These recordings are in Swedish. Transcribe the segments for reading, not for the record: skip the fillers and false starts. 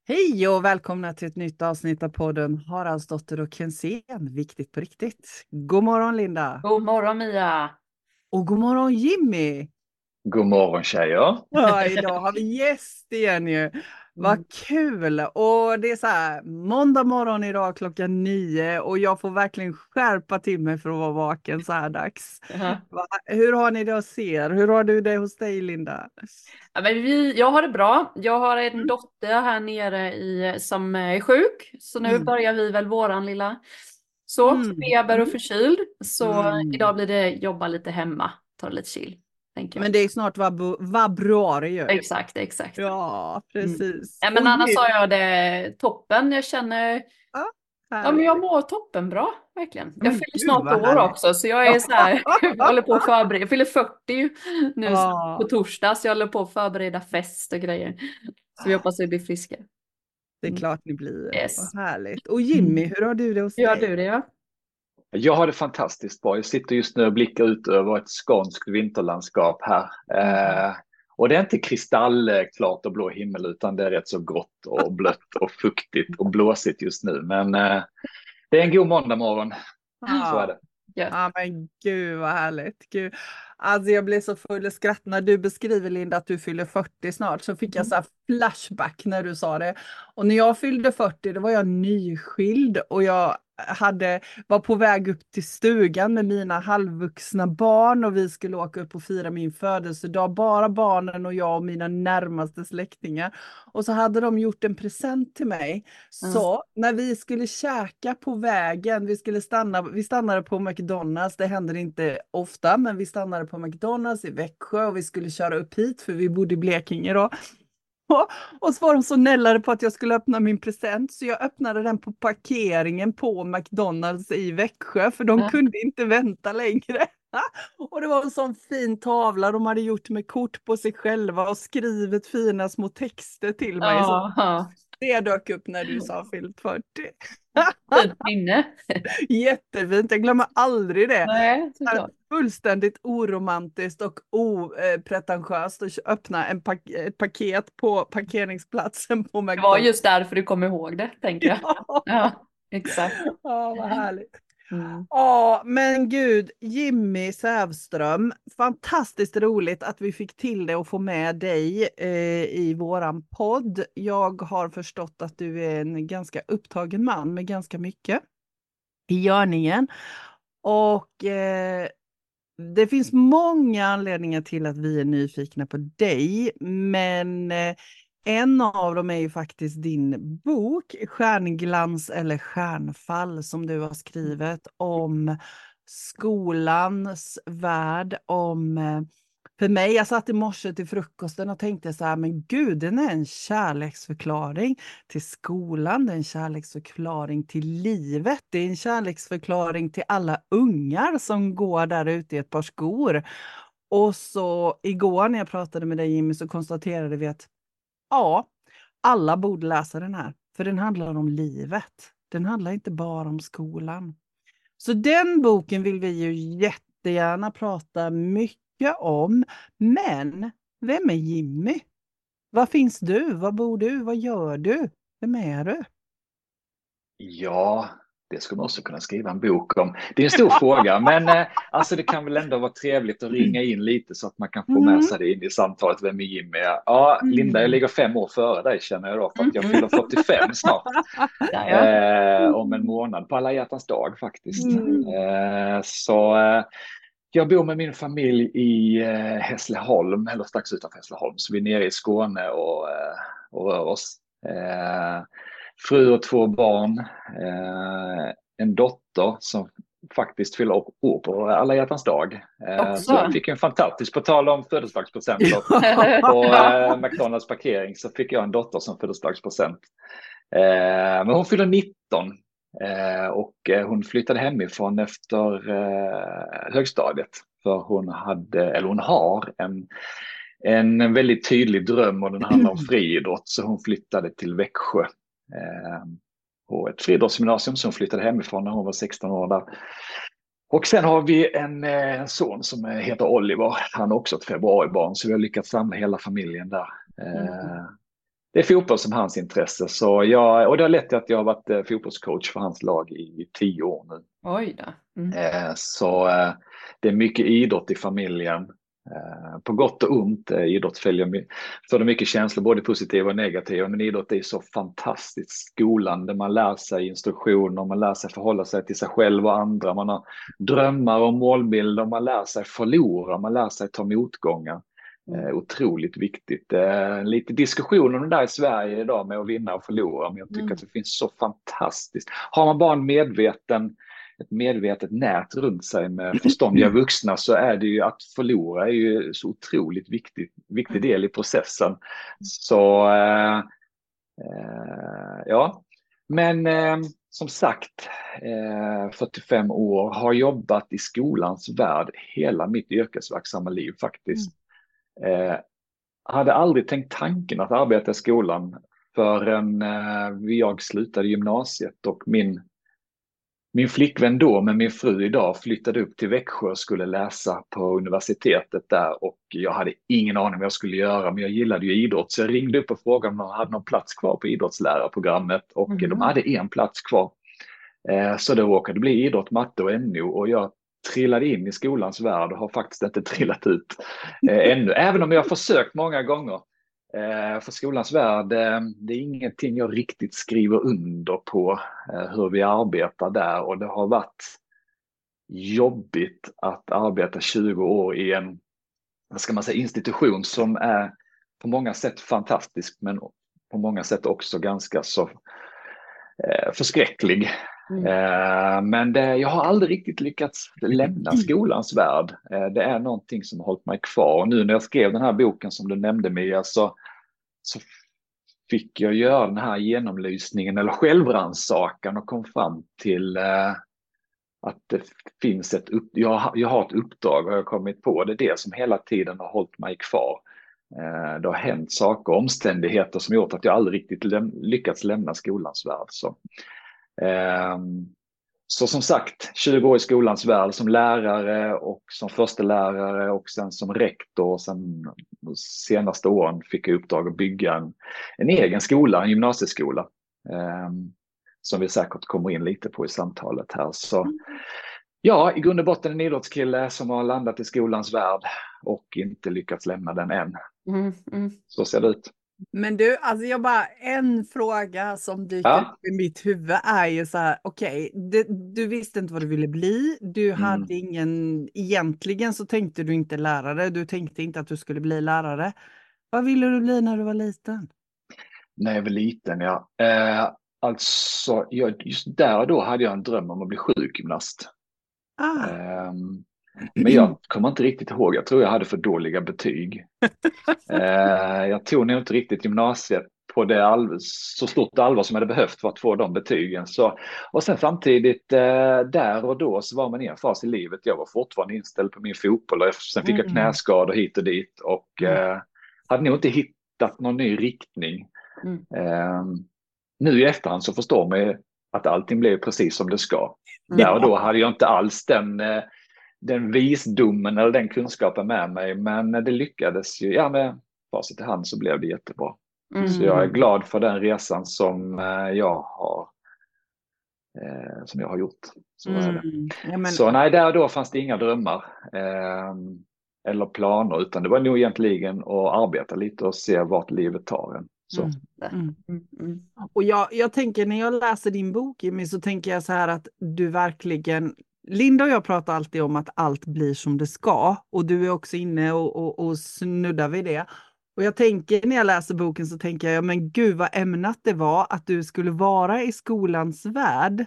Hej och välkomna till ett nytt avsnitt av podden Haraldsdotter och Kensén. Viktigt på riktigt. God morgon Linda. God morgon Mia. Och god morgon Jimmy. God morgon tjejer. Ja, idag har vi gäst igen ju. Vad Mm. kul! Och det är så här, måndag morgon idag 9:00 och jag får verkligen skärpa till mig för att vara vaken så här dags. Jaha. Hur har ni det hos er? Hur har du det hos dig Linda? Ja, men jag har det bra. Jag har en Mm. dotter här nere som är sjuk. Så nu Mm. börjar vi väl våran lilla Mm. feber och Mm. förkyld. Så Mm. idag blir det jobba lite hemma. Ta det lite chill, tänker jag. Men det är snart vabruari ju. Exakt, exakt. Ja, Mm. precis. Ja, men Och annars jul. har jag det toppen. Jag känner, Ja, ja men härligt. jag mår toppen bra, verkligen. Jag Men fyller gud snart vad år härligt. också, så jag är så här, jag håller på att förbereda. Jag fyller 40 nu på Ja, torsdag, så jag håller på att förbereda fest och grejer. Så vi hoppas att vi blir friska. det är Mm. klart ni blir. Yes. Vad härligt. Och Mm. Jimmy, hur har du det hos Hur gör dig? du det? Ja? Jag har det fantastiskt bra. Jag sitter just nu och blickar ut över ett skånskt vinterlandskap här. Mm. Och det är inte kristallklart och blå himmel utan det är rätt så grått och blött och fuktigt och blåsigt just nu. Men det är en god måndagmorgon. Så är Ja. det. Gött. Ja men gud vad härligt. Gud. Alltså jag blir så full i skratt när du beskriver Linda att du fyller 40 snart så fick jag Mm. så här flashback när du sa det. Och när jag fyllde 40 då var jag nyskild och jag var på väg upp till stugan med mina halvvuxna barn och vi skulle åka upp och fira min födelsedag. Bara barnen och jag och mina närmaste släktingar. Och så hade de gjort en present till mig. Ja. Så när vi skulle käka på vägen, vi stannade på McDonalds, det händer inte ofta, men vi stannade på McDonalds i Växjö och vi skulle köra upp hit för vi bodde i Blekinge då. Och så var de så nällade på att jag skulle öppna min present så jag öppnade den på parkeringen på McDonalds i Växjö för de Ja. kunde inte vänta längre. Och det var en sån fin tavla de hade gjort med kort på sig själva och skrivit fina små texter till mig. Så Ja. det dök upp när du sa fyllt 40. Fint minne. Jättefint, jag glömmer aldrig det. Nej, såklart. Fullständigt oromantiskt och opretentiöst att öppna ett paket på parkeringsplatsen på Det var McDonalds. just därför du kom ihåg det, tänker jag. Ja, Ja, exakt. ja vad härligt. Mm. Ja, men gud, Jimmy Sävström, fantastiskt roligt att vi fick till det och få med dig i våran podd. Jag har förstått att du är en ganska upptagen man med ganska mycket i görningen. Och det finns många anledningar till att vi är nyfikna på dig, men en av dem är ju faktiskt din bok Stjärnglans eller stjärnfall som du har skrivit om skolans värld, om för mig, jag satt i morse till frukosten och tänkte så här, men gud, den är en kärleksförklaring till skolan, det är en kärleksförklaring till livet, det är en kärleksförklaring till alla ungar som går där ute i ett par skor. Och så igår när jag pratade med dig Jimmy så konstaterade vi att ja, alla borde läsa den här, för den handlar om livet. Den handlar inte bara om skolan. Så den boken vill vi ju jättegärna prata mycket om. Men vem är Jimmy? Var finns du? Var bor du? Vad gör du? Vem är du? Ja, det skulle man också kunna skriva en bok om. Det är en stor fråga, men alltså det kan väl ändå vara trevligt att ringa in lite så att man kan få med Mm. sig det in i samtalet. Vem är Jimmy? Ja, Linda, jag Mm. ligger 5 år före dig känner jag då, för att jag Mm. fyller 45 snart. Ja, ja. Om en månad, på alla hjärtans dag faktiskt. Mm. Så jag bor med min familj i Hässleholm, eller strax utanför Hässleholm, så vi är nere i Skåne och rör oss. Fru och 2 barn, en dotter som faktiskt fyller år på alla hjärtans dag. Så jag Också. fick en fantastisk, på tal om födelsedagspresenter, på McDonalds parkering så fick jag en dotter som födelsedagspresent. Men hon fyller 19 och hon flyttade hemifrån efter högstadiet. För hon har en väldigt tydlig dröm och den handlar om friidrott. Så hon flyttade till Växjö på ett friidrottsgymnasium som hon flyttade hemifrån när hon var 16 år där. Och sen har vi en son som heter Oliver. Han är också ett februaribarn så vi har lyckats samla hela familjen där. Mm. det är fotboll som hans intresse. Och det har lett till att jag har varit fotbollscoach för hans lag i 10 år nu. Oj då. Så det är mycket idrott i familjen. På gott och ont. Idrott för mycket känslor, både positiva och negativa. Men idrott är så fantastiskt. Skolan där man lär sig instruktioner, man lär sig förhålla sig till sig själv och andra. Man har drömmar och målbilder, man lär sig förlora, man lär sig ta motgångar. Otroligt viktigt. Lite diskussion om det där i Sverige idag med att vinna och förlora, men jag tycker att det finns så fantastiskt. Har man bara ett medvetet nät runt sig med förståndiga vuxna, så är det ju att förlora är ju så otroligt viktig del i processen. Så ja, men som sagt, 45 år, har jobbat i skolans värld hela mitt yrkesverksamma liv faktiskt. Hade aldrig tänkt tanken att arbeta i skolan förrän jag slutade gymnasiet, och min flickvän då med min fru idag flyttade upp till Växjö och skulle läsa på universitetet där, och jag hade ingen aning vad jag skulle göra, men jag gillade ju idrott, så jag ringde upp och frågade om de hade någon plats kvar på idrottslärarprogrammet, och de hade en plats kvar. Så det råkade bli idrott, matte och NO, och jag trillade in i skolans värld och har faktiskt inte trillat ut ännu, även om jag har försökt många gånger. För skolans värld, det är ingenting jag riktigt skriver under på, hur vi arbetar där, och det har varit jobbigt att arbeta 20 år i en, vad ska man säga, institution som är på många sätt fantastisk, men på många sätt också ganska så förskräcklig. Men jag har aldrig riktigt lyckats lämna skolans värld. Det är någonting som har hållit mig kvar. Och nu när jag skrev den här boken som du nämnde, Mia, så fick jag göra den här genomlysningen eller självrannsakan och kom fram till att det finns jag har ett uppdrag, och jag har kommit på det som hela tiden har hållit mig kvar. Det har hänt saker och omständigheter som gjort att jag aldrig riktigt lyckats lämna skolans värld. Så som sagt, 20 år i skolans värld som lärare och som förstelärare och sen som rektor, och sen de senaste åren fick jag uppdrag att bygga en egen skola, en gymnasieskola, som vi säkert kommer in lite på i samtalet här. Så ja, i grund och botten en idrottskille som har landat i skolans värld och inte lyckats lämna den än. Så ser det ut. Men du, alltså en fråga som dyker upp i mitt huvud är ju så här, okej, du visste inte vad du ville bli, du hade egentligen så tänkte du inte lärare, du tänkte inte att du skulle bli lärare. Vad ville du bli när du var liten? När jag var liten, ja. Alltså, just där och då hade jag en dröm om att bli sjukgymnast. Men jag kommer inte riktigt ihåg. Jag tror jag hade för dåliga betyg. Jag tog nog inte riktigt gymnasiet på det så stort allvar som jag hade behövt för att få de betygen. Och sen samtidigt där och då så var man i en fas i livet. Jag var fortfarande inställd på min fotboll, och sen fick jag knäskador hit och dit. Och hade nog inte hittat någon ny riktning. Nu i efterhand så förstår man att allting blev precis som det ska. Där och då hade jag inte alls den visdomen eller den kunskapen med mig, men det lyckades ju. Ja, med facit i hand så blev det jättebra. Så jag är glad för den resan som jag har gjort. Så är det. Ja, men... Så nej, där och då fanns det inga drömmar eller planer, utan det var nog egentligen att arbeta lite och se vart livet tar en. Så. Och jag tänker, när jag läser din bok, Jimmy, så tänker jag så här att du verkligen, Linda och jag pratar alltid om att allt blir som det ska, och du är också inne och snuddar vid det. Och jag tänker, när jag läser boken så tänker jag, men gud vad ämnat det var att du skulle vara i skolans värld.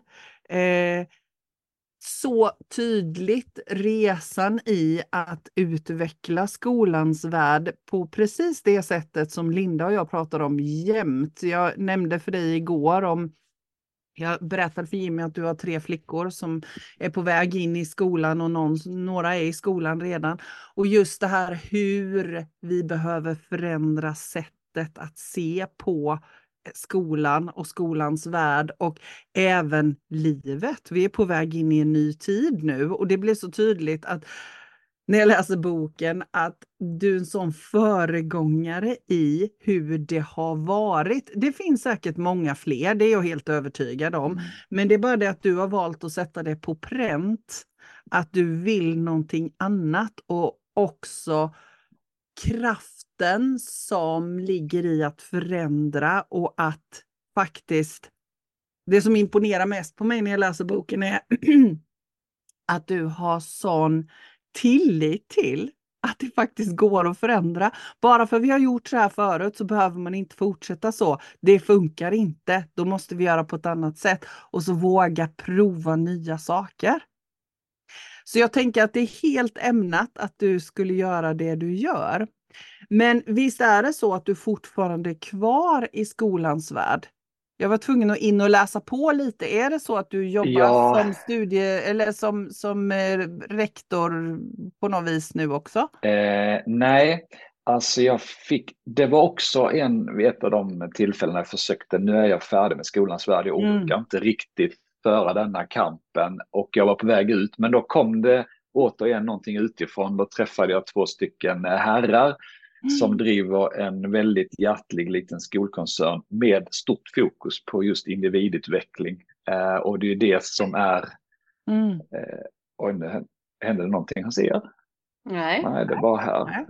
Så tydligt resan i att utveckla skolans värld på precis det sättet som Linda och jag pratar om jämt. Jag nämnde för dig igår jag berättade för Jimmy att du har 3 flickor som är på väg in i skolan, och några är i skolan redan. Och just det här hur vi behöver förändra sättet att se på skolan och skolans värld och även livet. Vi är på väg in i en ny tid nu, och det blir så tydligt att när jag läser boken att du är en sån föregångare i hur det har varit. Det finns säkert många fler, det är jag helt övertygad om. Men det är bara det att du har valt att sätta det på pränt. Att du vill någonting annat och också kraften som ligger i att förändra och att faktiskt, det som imponerar mest på mig när jag läser boken är att du har sån tillit till att det faktiskt går att förändra. Bara för vi har gjort så här förut så behöver man inte fortsätta så. Det funkar inte. Då måste vi göra på ett annat sätt. Och så våga prova nya saker. Så jag tänker att det är helt ämnat att du skulle göra det du gör. Men visst är det så att du fortfarande är kvar i skolans värld? Jag var tvungen att in och läsa på lite. Är det så att du jobbar som eller som rektor på något vis nu också? Nej, alltså det var också vid ett av de tillfällen jag försökte, nu är jag färdig med skolans värld, jag orkar inte riktigt föra denna kampen och jag var på väg ut, men då kom det återigen någonting utifrån. Då träffade jag 2 stycken herrar som driver en väldigt hjärtlig liten skolkoncern med stort fokus på just individutveckling. Och det är det som är... Oj, nu hände det någonting hos er? Nej, det var här.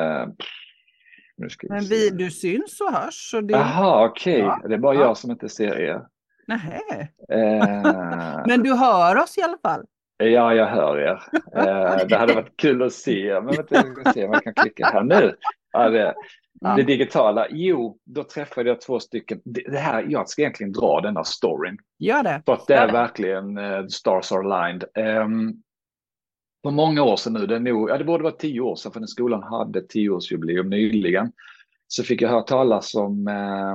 Nu ska Men se. du syns och hörs. Jaha, okej. Det är bara jag som inte ser er. Nej. Men du hör oss i alla fall. Ja, jag hör er. Det hade varit kul att se. Men jag ska se om jag kan klicka här nu. Det digitala. Jo, då träffade jag 2 stycken. Det här, jag ska egentligen dra denna storyn. Gör det. För att det är verkligen stars are aligned. För många år sedan nu, det borde vara 10 år sedan, för den skolan hade 10-årsjubileum nyligen. Så fick jag höra talas om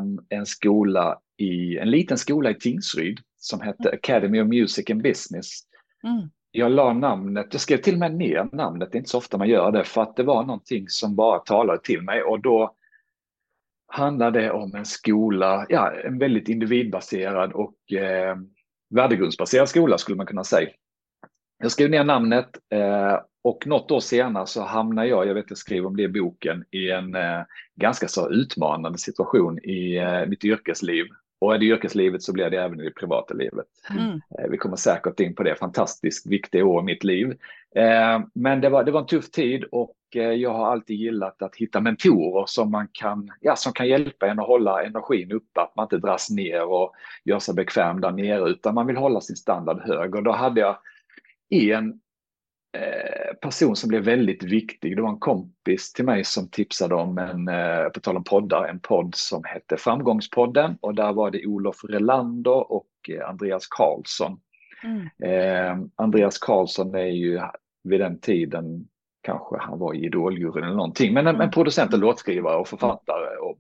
en liten skola i Tingsryd som hette Academy of Music and Business. Jag la namnet, jag skrev till och med ner namnet, det är inte så ofta man gör det, för att det var någonting som bara talade till mig. Och då handlade det om en skola, en väldigt individbaserad och värdegrundsbaserad skola skulle man kunna säga. Jag skrev ner namnet och något år senare så hamnade jag skriver om det i boken, i en ganska så utmanande situation i mitt yrkesliv. Och i det yrkeslivet så blir det även i det privata livet. Vi kommer säkert in på det, fantastiskt viktiga år i mitt liv. Men det var en tuff tid och jag har alltid gillat att hitta mentorer som kan hjälpa en att hålla energin uppe, att man inte dras ner och gör sig bekväm där nere, utan man vill hålla sin standard hög. Och då hade jag en person som blev väldigt viktig. Det var en kompis till mig som tipsade om på tal om poddar, en podd som hette Framgångspodden, och där var det Olof Relander och Andreas Karlsson. Andreas Karlsson är ju vid den tiden, kanske han var i Idoljuryn eller någonting, men en producent och låtskrivare och författare. Och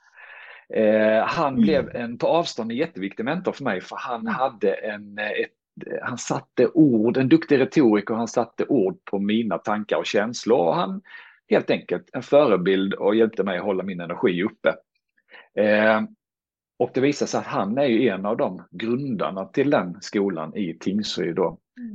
han blev på avstånd en jätteviktig mentor för mig, för han hade han satte en duktig retoriker, han satte ord på mina tankar och känslor, och han helt enkelt en förebild och hjälpte mig att hålla min energi uppe. Och det visar sig att han är ju en av de grundarna till den skolan i Tingsryd då.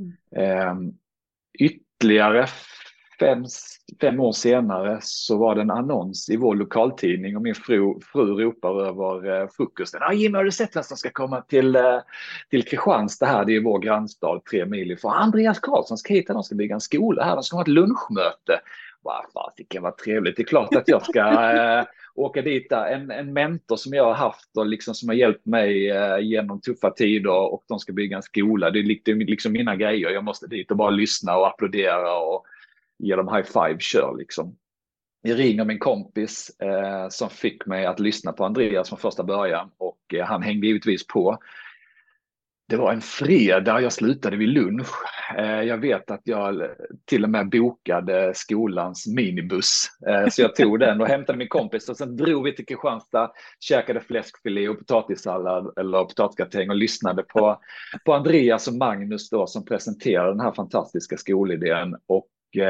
Ytterligare 5 år senare så var det en annons i vår lokaltidning och min fru ropar över frukosten: Jimmy, har du sett vem som ska komma till Kristianstad här? Det är vår grannstad 3 mil ifrån. Andreas Karlsson ska hit, de ska bygga en skola här, de ska ha ett lunchmöte. Det var trevligt, det är klart att jag ska åka dit där. En mentor som jag har haft och liksom som har hjälpt mig genom tuffa tider, och de ska bygga en skola. Det är liksom mina grejer, jag måste dit och bara lyssna och applådera och ge dem high five, kör liksom. Jag ringer min kompis som fick mig att lyssna på Andreas från första början, och han hängde givetvis på. Det var en fredag, jag slutade vid lunch. Jag vet att jag till och med bokade skolans minibuss. Så jag tog den och hämtade min kompis, och sen drog vi till Kristianstad, käkade fläskfilé och potatissallad eller potatisgratäng och lyssnade på Andreas och Magnus då, som presenterade den här fantastiska skolidén. Och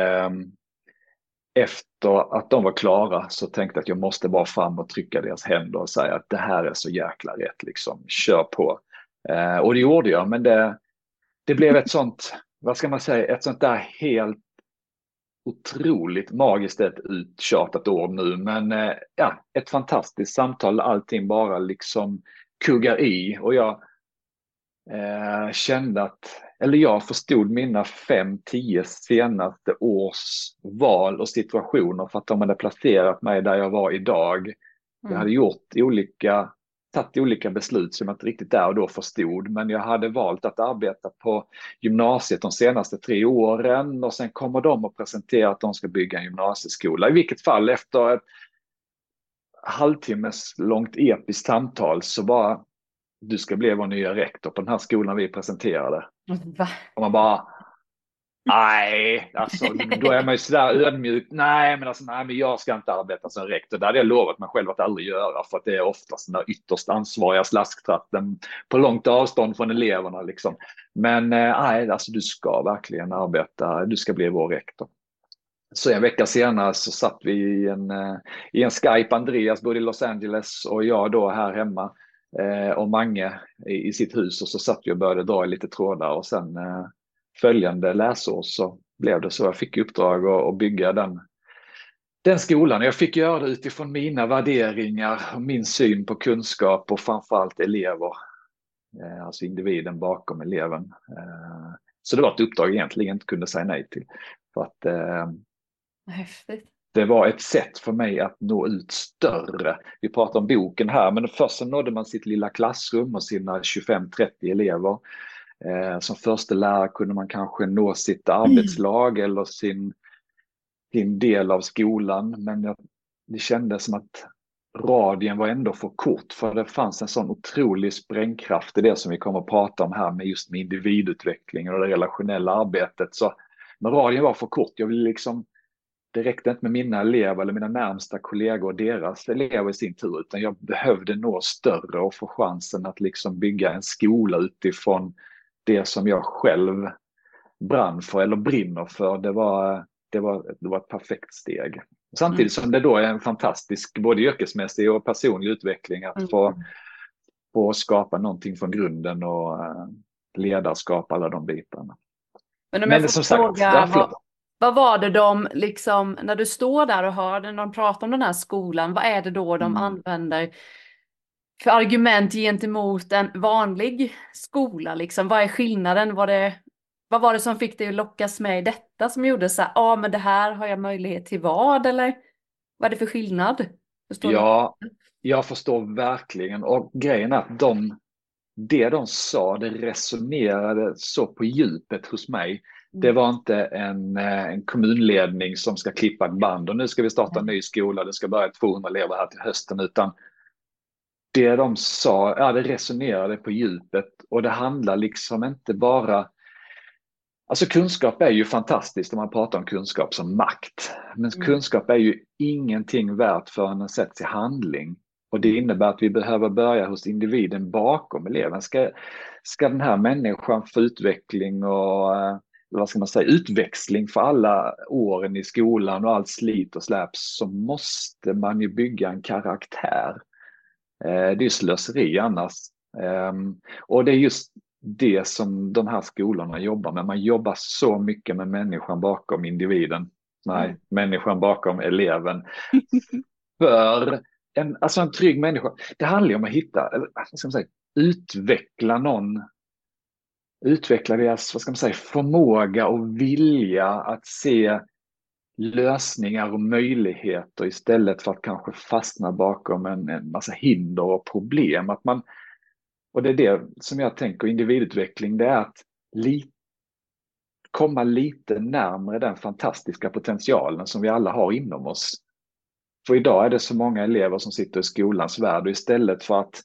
efter att de var klara så tänkte jag att jag måste bara fram och trycka deras händer och säga att det här är så jäkla rätt, liksom, kör på. Och det gjorde jag, men det blev ett sånt, vad ska man säga, ett sånt där helt otroligt magiskt, ett uttjatat ord nu, men ja, ett fantastiskt samtal. Allting bara liksom kuggar i, och jag kände att, eller jag förstod mina 5-10 senaste års val och situationer, för att de hade placerat mig där jag var idag. Jag hade tagit olika beslut som jag inte riktigt där och då förstod, men jag hade valt att arbeta på gymnasiet de senaste 3 åren, och sen kommer de och presenterar att de ska bygga en gymnasieskola. I vilket fall, efter ett halvtimmes långt episkt samtal, så bara, du ska bli vår nya rektor på den här skolan vi presenterade. Va? Och man bara, nej, alltså då är man ju sådär ödmjuk. Nej, men jag ska inte arbeta som rektor. Det hade jag lovat mig själv att aldrig göra, för att det är oftast den där ytterst ansvariga slasktratten på långt avstånd från eleverna liksom. Men nej, alltså du ska verkligen arbeta, du ska bli vår rektor. Så en vecka senare så satt vi i en Skype. Andreas bodde i Los Angeles och jag då här hemma, och Mange i sitt hus, och så satt vi och började dra i lite trådar, och sen följande läsår så blev det så. Jag fick uppdrag att bygga den skolan. Jag fick göra det utifrån mina värderingar och min syn på kunskap, och framförallt elever, alltså individen bakom eleven. Så det var ett uppdrag jag egentligen inte kunde säga nej till, för att Häftigt. det var ett sätt för mig att nå ut större. Vi pratar om boken här, men först så nådde man sitt lilla klassrum och sina 25-30 elever. Som första lärare kunde man kanske nå sitt arbetslag eller sin del av skolan. Men det kändes som att radien var ändå för kort, för det fanns en sån otrolig sprängkraft i det som vi kommer att prata om här, med just med individutvecklingen och det relationella arbetet. Men radien var för kort. Jag ville liksom, det räckte inte med mina elever eller mina närmsta kollegor och deras elever i sin tur, utan jag behövde nå större och få chansen att liksom bygga en skola utifrån det som jag själv brann för eller brinner för. Det var ett perfekt steg. Samtidigt som det då är en fantastisk både yrkesmässig och personlig utveckling att få skapa någonting från grunden och ledarskap, alla de bitarna. Men om jag får som fråga, sagt, vad var det de, liksom, när du står där och hör när de pratar om den här skolan, vad är det då de använder för argument gentemot en vanlig skola? Liksom? Vad är skillnaden? Vad var det som fick dig att lockas med i detta, som gjorde så här, men det här har jag möjlighet till vad? Eller vad är det för skillnad? Förstår du? Jag förstår verkligen, och grejen är att det de sa, det resonerade så på djupet hos mig. Det var inte en kommunledning som ska klippa ett band och nu ska vi starta en ny skola, det ska börja 200 elever här till hösten, utan det de sa, det resonerade på djupet, och det handlar liksom inte bara, alltså kunskap är ju fantastiskt om man pratar om kunskap som makt, men kunskap är ju ingenting värt förrän den sätts i handling. Och det innebär att vi behöver börja hos individen bakom eleven. Ska den här människan få utveckling och vad ska man säga, utväxling för alla åren i skolan och allt slit och släp, så måste man ju bygga en karaktär. Det är ju slöseri annars. Och det är just det som de här skolorna jobbar med. Man jobbar så mycket med människan bakom individen. Nej, människan bakom eleven. För en trygg människa, det handlar ju om att hitta, eller vad ska man säga, utveckla deras, vad ska man säga, förmåga och vilja att se lösningar och möjligheter istället för att kanske fastna bakom en massa hinder och problem. Och det är det som jag tänker individutveckling, det är att komma lite närmare den fantastiska potentialen som vi alla har inom oss. För idag är det så många elever som sitter i skolans värld, och istället för att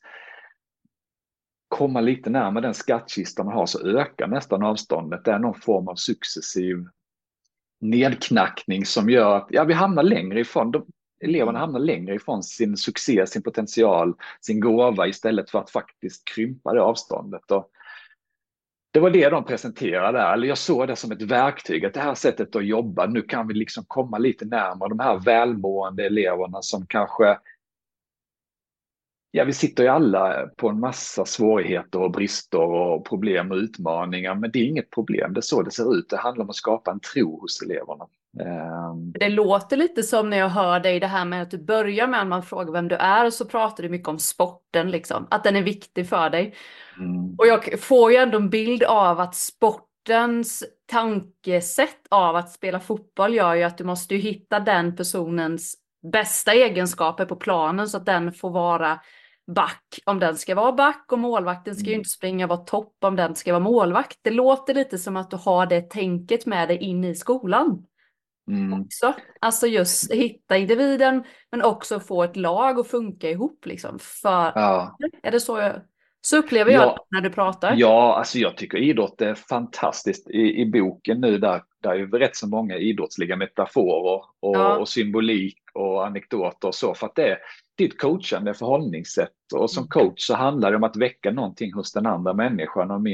komma lite närmare den skattkista man har, så ökar nästan avståndet. Det är någon form av successiv nedknackning som gör att vi hamnar längre ifrån. Eleverna hamnar längre ifrån sin succé, sin potential, sin gåva, istället för att faktiskt krympa det avståndet. Och det var det de presenterade där. Eller jag såg det som ett verktyg, att det här sättet att jobba, nu kan vi liksom komma lite närmare de här välmående eleverna som kanske Ja, vi sitter ju alla på en massa svårigheter och brister och problem och utmaningar, men det är inget problem. Det är så det ser ut. Det handlar om att skapa en tro hos eleverna. Det låter lite som när jag hör dig det här med att du börjar med att man frågar vem du är och så pratar du mycket om sporten liksom, att den är viktig för dig. Och jag får ju ändå en bild av att sportens tankesätt av att spela fotboll gör ju att du måste ju hitta den personens bästa egenskaper på planen så att den får vara back om den ska vara back och målvakten ska ju inte springa och vara topp om den ska vara målvakt. Det låter lite som att du har det tänket med dig in i skolan. Också. Alltså just hitta individen men också få ett lag att funka ihop liksom. För är det så upplever jag det när du pratar. Ja, alltså jag tycker idrott är fantastiskt. I boken nu där är ju rätt så många idrottsliga metaforer och symbolik och anekdoter och så, för att det är ett coachande förhållningssätt, och som coach så handlar det om att väcka någonting hos den andra människan, och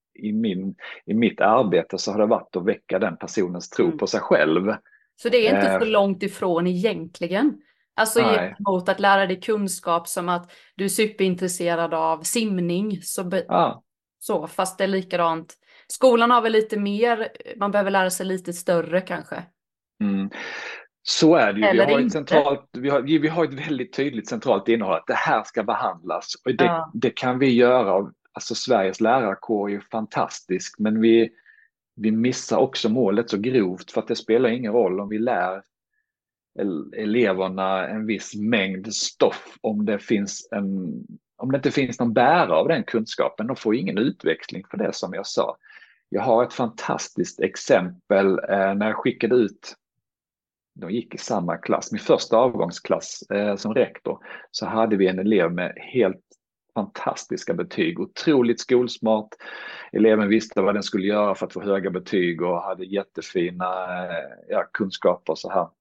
i mitt arbete så har det varit att väcka den personens tro på sig själv. Så det är inte så långt ifrån egentligen. Alltså gentemot att lära dig kunskap som att du är superintresserad av simning. Så, fast det är likadant. Skolan har väl lite mer, man behöver lära sig lite större kanske. Så är det ju. Eller vi har ett väldigt tydligt centralt innehåll att det här ska behandlas. Och det kan vi göra. Alltså Sveriges lärarkår är ju fantastisk, men vi missar också målet så grovt, för att det spelar ingen roll om vi lär eleverna en viss mängd stoff om det inte finns någon bärare av den kunskapen. De får ingen utväxling för det, som jag sa. Jag har ett fantastiskt exempel när jag skickade ut, de gick i samma klass, min första avgångsklass som rektor, så hade vi en elev med helt fantastiska betyg, otroligt skolsmart. Eleven visste vad den skulle göra för att få höga betyg och hade jättefina kunskaper och så här.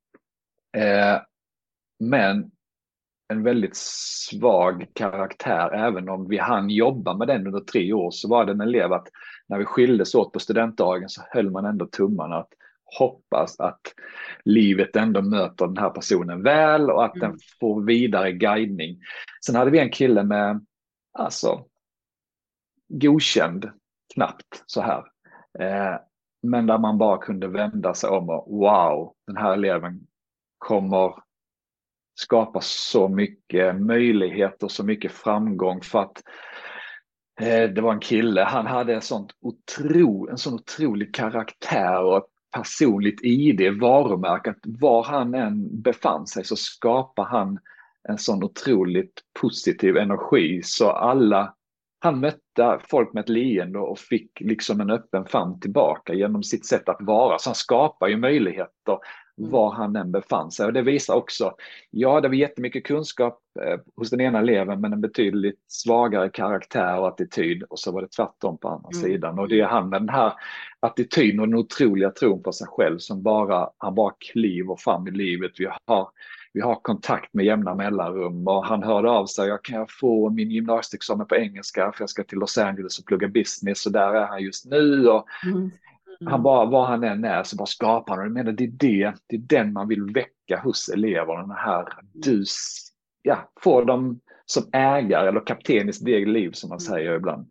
Men en väldigt svag karaktär, även om vi hann jobba med den under 3 år, så var det en elev att när vi skildes åt på studentdagen så höll man ändå tummarna att hoppas att livet ändå möter den här personen väl och att den får vidare guidning. Sen hade vi en kille med godkänd, knappt så här. Men där man bara kunde vända sig om och wow, den här eleven kommer skapa så mycket möjligheter, så mycket framgång, för att det var en kille, han hade en sån otrolig karaktär och ett personligt ID, varumärke, att var han än befann sig så skapar han en sån otroligt positiv energi, så han mötte folk med ett leende och fick liksom en öppen famn tillbaka genom sitt sätt att vara. Så han skapar ju möjligheter var han än befann sig. Och det visar också, det var jättemycket kunskap hos den ena eleven, men en betydligt svagare karaktär och attityd. Och så var det tvärtom på andra sidan. Och det är han med den här attityden och den otroliga tron på sig själv som han bara kliver fram i livet. Vi har kontakt med jämna mellanrum, och han hörde av sig, jag kan få min gymnasieexamen på engelska för jag ska till Los Angeles och plugga business, och där är han just nu. Och han bara, var han än är så bara skapar han. Och jag menar, det är den man vill väcka hos eleverna, den här få dem som ägare eller kapten i sitt eget liv, som man säger ibland.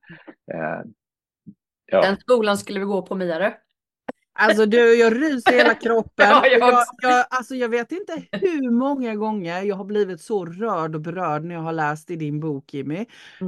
Den skolan skulle vi gå på, Mia. Alltså jag ryser hela kroppen. Ja, jag vet inte hur många gånger jag har blivit så rörd och berörd när jag har läst i din bok, Jimmy.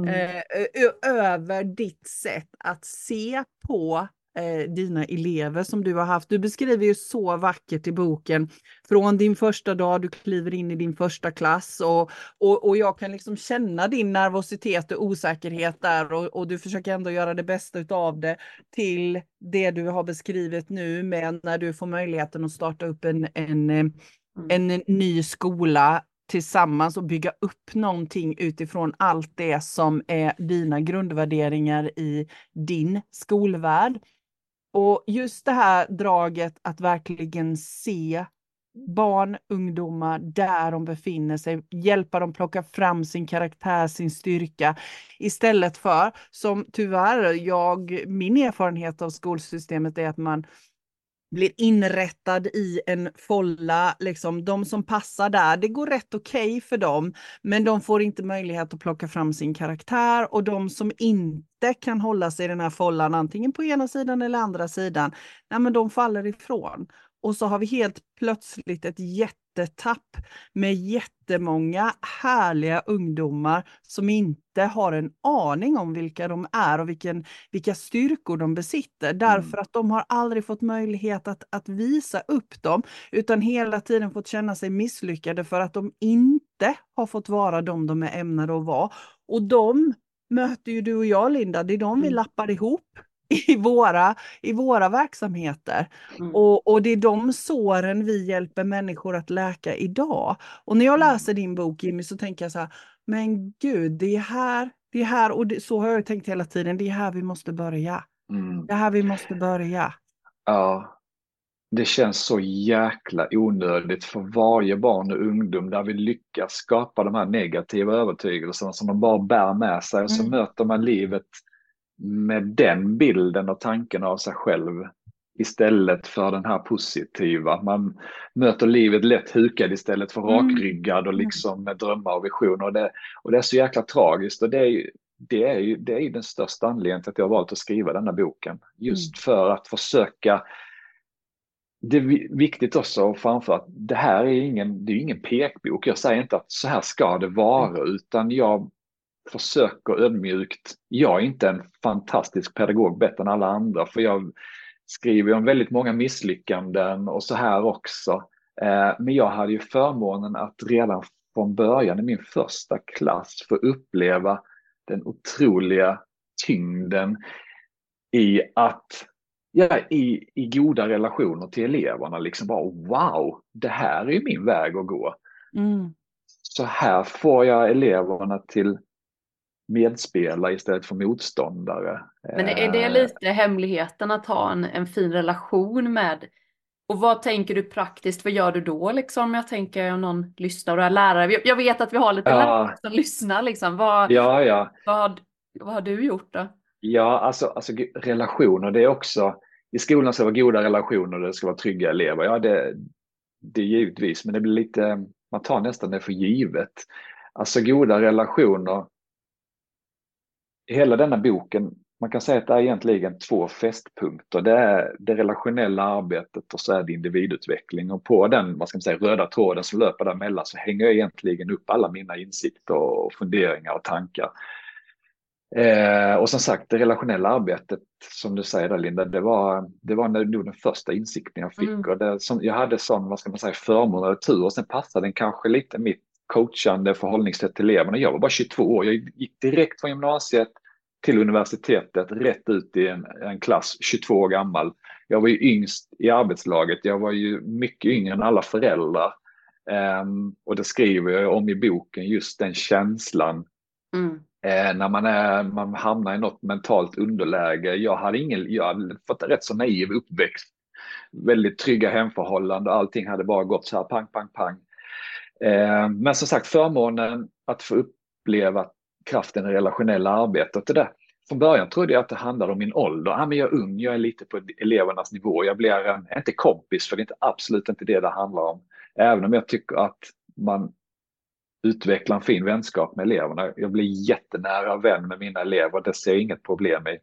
Över ditt sätt att se på dina elever som du har haft. Du beskriver ju så vackert i boken från din första dag, du kliver in i din första klass och jag kan liksom känna din nervositet och osäkerhet där, och du försöker ändå göra det bästa utav det, till det du har beskrivit nu med när du får möjligheten att starta upp en ny skola tillsammans och bygga upp någonting utifrån allt det som är dina grundvärderingar i din skolvärld. Och just det här draget att verkligen se barn, ungdomar där de befinner sig, hjälpa dem plocka fram sin karaktär, sin styrka, istället för, som tyvärr min erfarenhet av skolsystemet är att man blir inrättad i en folla, liksom de som passar där, det går rätt okej för dem, men de får inte möjlighet att plocka fram sin karaktär, och de som inte kan hålla sig i den här follan, antingen på ena sidan eller andra sidan, nej, men de faller ifrån. Och så har vi helt plötsligt ett jättetapp med jättemånga härliga ungdomar som inte har en aning om vilka de är och vilka styrkor de besitter. Därför att de har aldrig fått möjlighet att visa upp dem, utan hela tiden fått känna sig misslyckade för att de inte har fått vara de är ämnade att vara. Och de möter ju du och jag, Linda, det är de vi lappar ihop i våra verksamheter. Och det är de såren vi hjälper människor att läka idag. Och när jag läser din bok, Jimmy, så tänker jag så här, men gud, det är här, och så har jag tänkt hela tiden, det är här vi måste börja. Det är här vi måste börja. Ja, det känns så jäkla onödigt för varje barn och ungdom där vi lyckas skapa de här negativa övertygelserna som de bara bär med sig, och så möter man livet med den bilden och tanken av sig själv istället för den här positiva. Man möter livet lätt hukad istället för rakryggad och liksom med drömmar och visioner. Och det är så jäkla tragiskt, och det är ju den största anledningen till att jag har valt att skriva den här boken. Just för att försöka. Det är viktigt också att framföra att det här är ingen pekbok. Jag säger inte att så här ska det vara, utan jag försöker ödmjukt. Jag är inte en fantastisk pedagog bättre än alla andra, för jag skriver om väldigt många misslyckanden och så här också. Men jag hade ju förmånen att redan från början i min första klass få uppleva den otroliga tyngden i att i goda relationer till eleverna, liksom bara wow, det här är ju min väg att gå. Så här får jag eleverna till medspelare istället för motståndare. Men är det lite hemligheten att ha en fin relation med? Och vad tänker du praktiskt? Vad gör du då liksom? Jag tänker om någon lyssnar och är lärare. Jag vet att vi har lite lärare som lyssnar liksom. Vad har du gjort då? Ja, alltså relationer, det är också, i skolan ska det vara goda relationer och det ska vara trygga elever. Ja, det är givetvis, men det blir lite, man tar nästan det för givet. Alltså goda relationer, hela denna boken, man kan säga att det är egentligen 2 fästpunkter. Det är det relationella arbetet och så är det individutveckling. Och på den, vad ska man säga, röda tråden som löper däremellan så hänger jag egentligen upp alla mina insikter och funderingar och tankar. Och som sagt, det relationella arbetet, som du säger där, Linda, det var nog den första insikten jag fick. Och jag hade sån, vad ska man säga, förmån eller tur, och sen passade den kanske lite mitt coachande förhållningssätt till eleverna. Jag var bara 22 år, jag gick direkt från gymnasiet till universitetet, rätt ut i en klass, 22 år gammal. Jag var ju yngst i arbetslaget, jag var ju mycket yngre än alla föräldrar. Och det skriver jag om i boken, just den känslan. När man hamnar i något mentalt underläge. Jag hade fått en rätt så naiv uppväxt. Väldigt trygga hemförhållanden, allting hade bara gått så här pang, pang, pang. Men som sagt, förmånen att få uppleva kraften i relationella arbetet. Det där. Från början trodde jag att det handlade om min ålder. Men jag är ung, jag är lite på elevernas nivå. Jag blir inte kompis, för det är absolut inte det handlar om. Även om jag tycker att man utvecklar en fin vänskap med eleverna. Jag blir jättenära vän med mina elever, det ser jag inget problem i.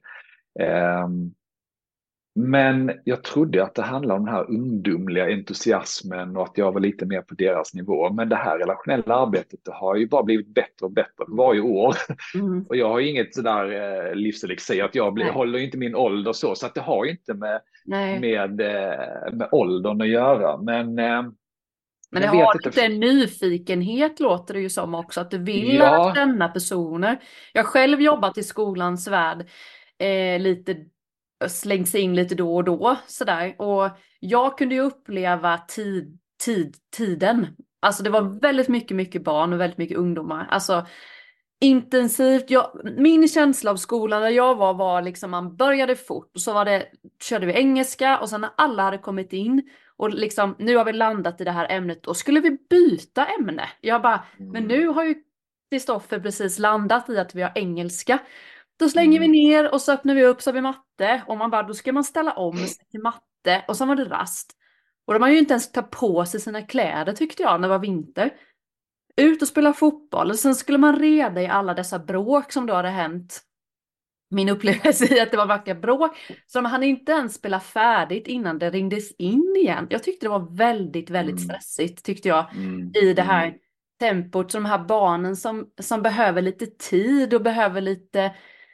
Men jag trodde att det handlade om den här ungdomliga entusiasmen och att jag var lite mer på deras nivå. Men det här relationella arbetet, det har ju bara blivit bättre och bättre varje år. Och jag har inget sådär livselixir att jag håller inte min ålder så att det har ju inte med åldern att göra. Men det har lite en nyfikenhet, låter det ju som också, att du vill lära känna personer. Jag har själv jobbat i skolans värld lite, slängs in lite då och då sådär. Och jag kunde ju uppleva tiden. Alltså det var väldigt mycket barn och väldigt mycket ungdomar. Alltså intensivt. Min känsla av skolan där jag var liksom, man började fort och så körde vi engelska, och sen när alla hade kommit in och liksom, nu har vi landat i det här ämnet, och skulle vi byta ämne? Jag bara, men nu har ju Kristoffer precis landat i att vi har engelska. Då slänger vi ner och så öppnar vi upp så har vi matte. Och man bara, då ska man ställa om sig till matte. ute och så var det rast. Och de har ju inte ens tagit på sig sina kläder tyckte jag när det var vinter. Ut och spela fotboll och sen skulle man reda i alla dessa bråk som då hade hänt. Min upplevelse i att det var vackra bråk. Så de hann inte ens spela färdigt innan det ringdes in igen. Jag tyckte det var väldigt, väldigt stressigt tyckte jag i det här tempot. Så de här barnen som behöver lite tid och behöver lite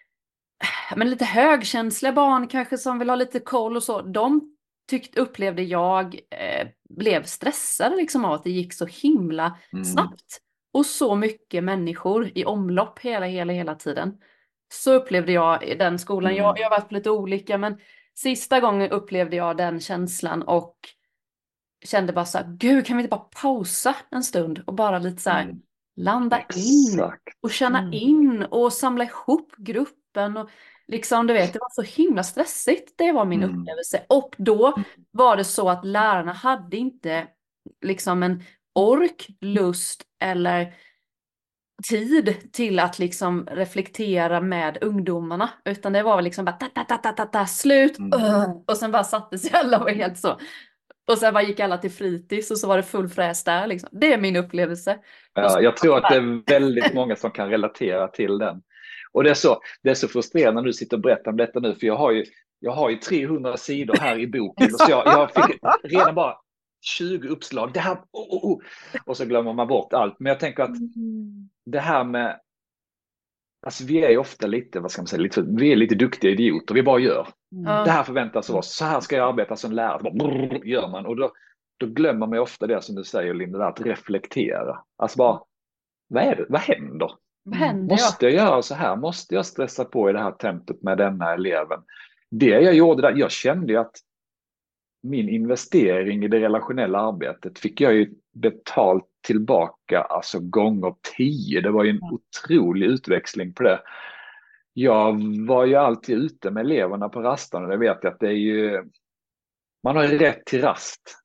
högkänsliga barn kanske som vill ha lite koll och så. De upplevde jag blev stressade liksom av att det gick så himla snabbt. Och så mycket människor i omlopp hela tiden. Så upplevde jag i den skolan. Jag har varit på lite olika men sista gången upplevde jag den känslan och kände bara så här, gud kan vi inte bara pausa en stund och bara lite så här landa in och känna in och samla ihop gruppen och liksom du vet det var så himla stressigt, det var min upplevelse och då var det så att lärarna hade inte liksom en ork, lust eller tid till att liksom reflektera med ungdomarna utan det var liksom bara slut och sen bara satte sig alla och var helt så och sen bara gick alla till fritids och så var det full fräs där liksom. Det är min upplevelse. Ja, jag tror att det är väldigt många som kan relatera till den. Och det är så frustrerande när du sitter och berättar om detta nu för jag har ju 300 sidor här i boken så jag fick redan bara 20 uppslag. Det här, och så glömmer man bort allt. Men jag tänker att det här med alltså vi är ju ofta lite, vad ska man säga, vi är lite duktiga idioter, vi bara gör. Det här förväntas av oss, så här ska jag arbeta som lärare, bara gör man. Och då glömmer man ofta det som du säger Linda, att reflektera. Alltså bara, vad händer? Måste jag göra så här? Måste jag stressa på i det här tempot med denna eleven? Det jag gjorde där, jag kände ju att min investering i det relationella arbetet fick jag ju betalt tillbaka alltså gånger 10. Det var ju en otrolig utväxling på det. Jag var ju alltid ute med eleverna på rasterna. Jag vet att det är ju, man har ju rätt till rast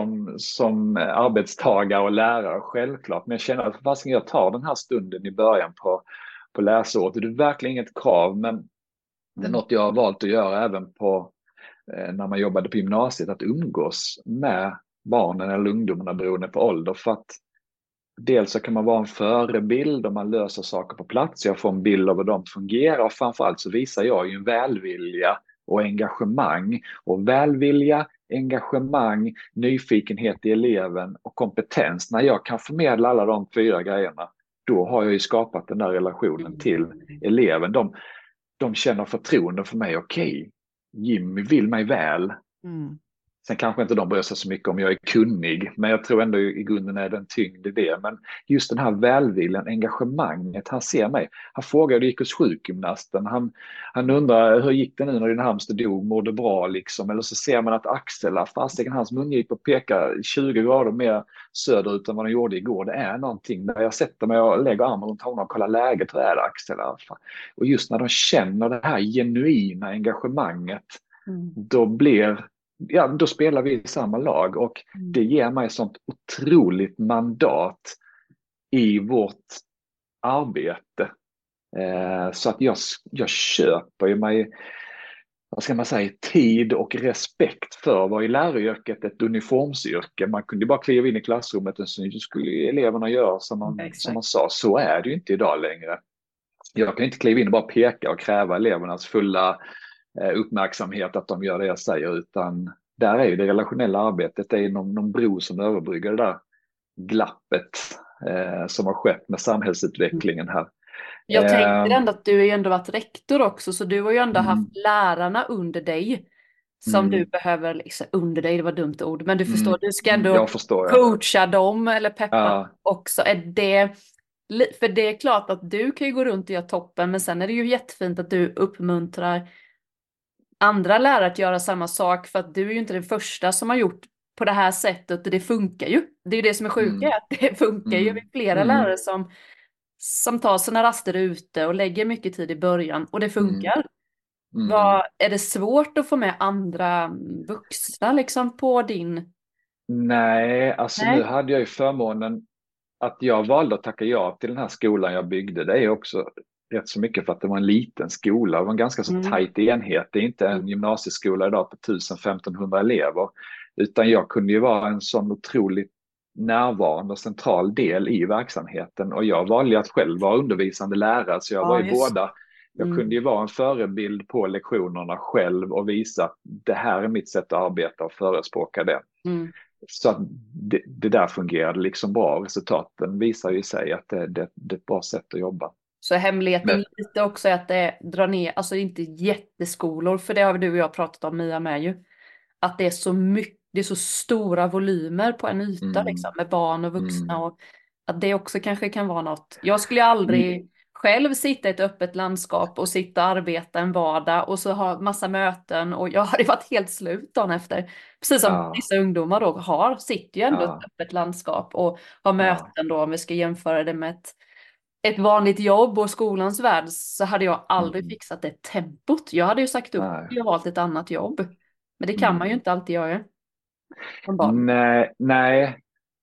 som arbetstagare och lärare självklart. Men jag känner att jag tar den här stunden i början på läsåret. Det är verkligen inget krav men det är något jag har valt att göra även på när man jobbade på gymnasiet, att umgås med barnen eller ungdomarna beroende på ålder för att dels så kan man vara en förebild om man löser saker på plats, jag får en bild av hur de fungerar och framförallt så visar jag ju en välvilja och engagemang och välvilja, engagemang, nyfikenhet i eleven och kompetens. När jag kan förmedla alla de 4 grejerna då har jag ju skapat den där relationen till eleven. De känner förtroende för mig, okej. Jimmy vill mig väl. Sen kanske inte de bryr sig så mycket om jag är kunnig, men jag tror ändå i grunden är den tyngd i det. Men just den här välviljan, engagemanget, han ser mig. Han frågar hur det gick hos sjukgymnasten. Han undrar hur gick det nu när din hamster dog, mår det bra liksom? Eller så ser man att Axel, fastän hans mungipa pekar 20 grader mer söderut än vad den gjorde igår. Det är någonting där jag sätter mig och lägger armen runt honom och kollar läget. Vad är det Axel? Och just när de känner det här genuina engagemanget, då spelar vi i samma lag och det ger mig sånt otroligt mandat i vårt arbete. Så att jag köper ju mig, vad ska man säga, tid och respekt för vad i läraryrket ett uniformsyrke. Man kunde bara kliva in i klassrummet och så skulle eleverna göra som man sa. Så är det ju inte idag längre. Jag kan inte kliva in och bara peka och kräva elevernas fulla uppmärksamhet att de gör det jag säger, utan där är ju det relationella arbetet, det är någon bro som överbryggar det där glappet som har skett med samhällsutvecklingen här. Jag tänkte ändå att du har ju ändå varit rektor också, så du har ju ändå haft lärarna under dig som du behöver, liksom, under dig, det var dumt ord, men du förstår, du ska ändå coacha dem eller peppa också. För det är klart att du kan ju gå runt och göra toppen, men sen är det ju jättefint att du uppmuntrar andra lärare att göra samma sak, för att du är ju inte den första som har gjort på det här sättet och det funkar ju. Det är ju det som är sjuka, att det funkar ju. Vi är flera lärare som tar sina raster ute och lägger mycket tid i början och det funkar. Är det svårt att få med andra vuxna liksom på din... Nej, alltså nu hade jag ju förmånen att jag valde att tacka ja till den här skolan jag byggde. Det är också rätt så mycket för att det var en liten skola. Det var en ganska så tajt enhet. Det är inte en gymnasieskola idag på 1000-1500 elever. Utan jag kunde ju vara en sån otroligt närvarande och central del i verksamheten. Och jag valde att själv vara undervisande lärare, så jag var ju båda. Jag kunde ju vara en förebild på lektionerna själv och visa att det här är mitt sätt att arbeta och förespråka det. Så att det där fungerade liksom bra. Resultaten visar ju sig att det är ett bra sätt att jobba. Så hemligheten lite också är att det drar ner, alltså inte jätteskolor, för det har du och jag pratat om, Mia, med ju. Att det är så mycket, det är så stora volymer på en yta liksom, med barn och vuxna. Och att det också kanske kan vara något. Jag skulle aldrig själv sitta i ett öppet landskap och sitta och arbeta en vardag och så ha massa möten, och jag hade varit helt slut dagen efter. Precis som vissa ungdomar då sitter ju ändå i ett öppet landskap och har möten då, om vi ska jämföra det med ett vanligt jobb och skolans värld, så hade jag aldrig fixat det tempot. Jag hade ju sagt upp och valt ett annat jobb. Men det kan man ju inte alltid göra. Nej.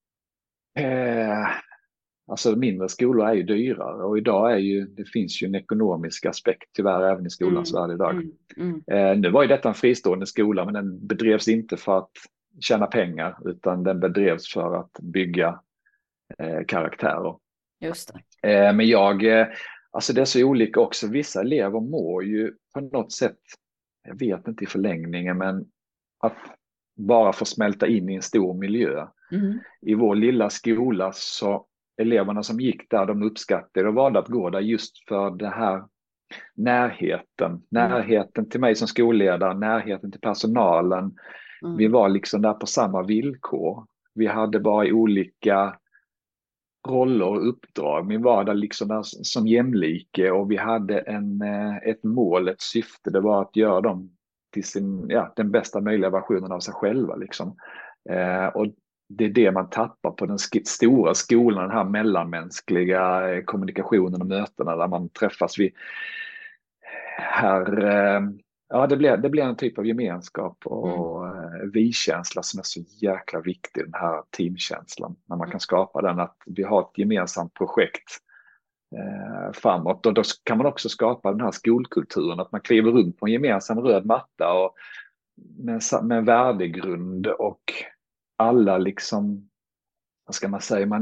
Alltså mindre skolor är ju dyrare, och idag det finns ju en ekonomisk aspekt tyvärr även i skolans värld idag. Nu var ju detta en fristående skola, men den bedrevs inte för att tjäna pengar, utan den bedrevs för att bygga karaktärer. Just det. Men alltså det är så olika också. Vissa elever mår ju på något sätt, jag vet inte i förlängningen, men att bara få smälta in i en stor miljö. I vår lilla skola, så eleverna som gick där, de uppskattade och valde att gå där just för det här närheten till mig som skolledare, närheten till personalen. Vi var liksom där på samma villkor. Vi hade bara olika roller och uppdrag. Vi var där liksom där som jämlike, och vi hade ett mål, ett syfte. Det var att göra dem till den bästa möjliga versionen av sig själva liksom. Och det är det man tappar på den stora skolan, den här mellanmänskliga kommunikationen och mötena där man träffas. Det blir en typ av gemenskap och vi-känsla som är så jäkla viktig, den här teamkänslan, när man kan skapa den, att vi har ett gemensamt projekt framåt, och då kan man också skapa den här skolkulturen, att man kliver runt på en gemensam röd matta och med en värdegrund, och alla liksom, vad ska man säga,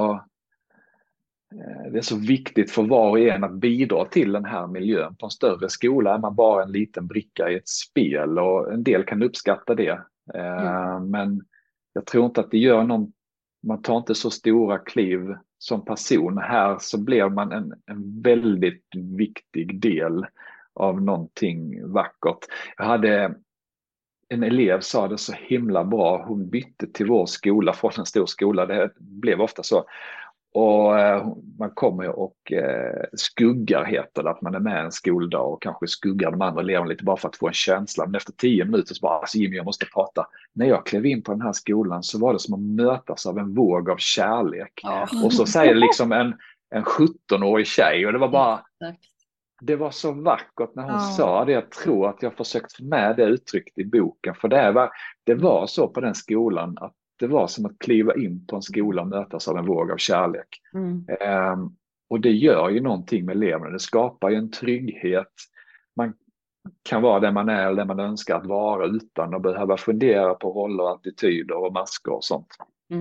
det är så viktigt för var och en att bidra till den här miljön. På en större skola är man bara en liten bricka i ett spel, och en del kan uppskatta det. Men jag tror inte att det gör man tar inte så stora kliv som person. Här så blir man en väldigt viktig del av någonting vackert. Jag hade en elev sa det så himla bra. Hon bytte till vår skola från en stor skola. Det blev ofta så. Och man kommer och skuggar, heter det, att man är med en skoldag och kanske skuggar de andra eleverna lite bara för att få en känsla. Men efter 10 minuter så bara, alltså Jimmy, jag måste prata. När jag klev in på den här skolan så var det som att mötas av en våg av kärlek. Och så säger liksom en 17-årig tjej, och det var bara... Det var så vackert när hon sa det. Jag tror att jag försökt få med det uttryckt i boken. För det var så på den skolan, att det var som att kliva in på en skola och mötas av en våg av kärlek. Och det gör ju någonting med eleverna. Det skapar ju en trygghet. Man kan vara där man är eller där man önskar att vara, utan att behöva fundera på roller, attityder och masker och sånt.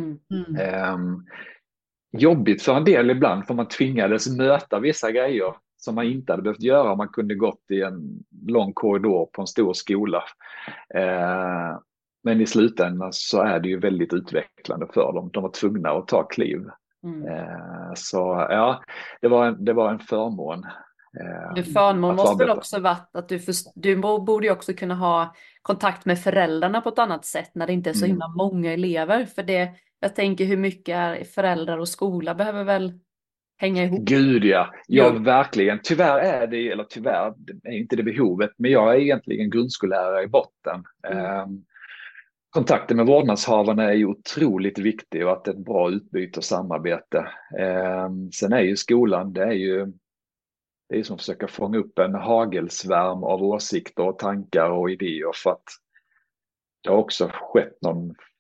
Jobbigt för en del ibland, för man tvingades möta vissa grejer som man inte hade behövt göra om man kunde gått i en lång korridor på en stor skola. Men i slutändan så är det ju väldigt utvecklande för dem. De var tvungna att ta kliv. Så ja, det var en förmån. Förmån måste väl också varit att du borde ju också kunna ha kontakt med föräldrarna på ett annat sätt när det inte är så himla många elever. För det, jag tänker, hur mycket är föräldrar och skola behöver väl hänga ihop. Gud ja, verkligen. Tyvärr är inte det behovet, men jag är egentligen grundskollärare i botten. Kontakten med vårdnadshavarna är ju otroligt viktig, och att det är ett bra utbyte och samarbete. Sen är ju skolan, det är som att försöka fånga upp en hagelsvärm av åsikter och tankar och idéer, för att det har också skett någon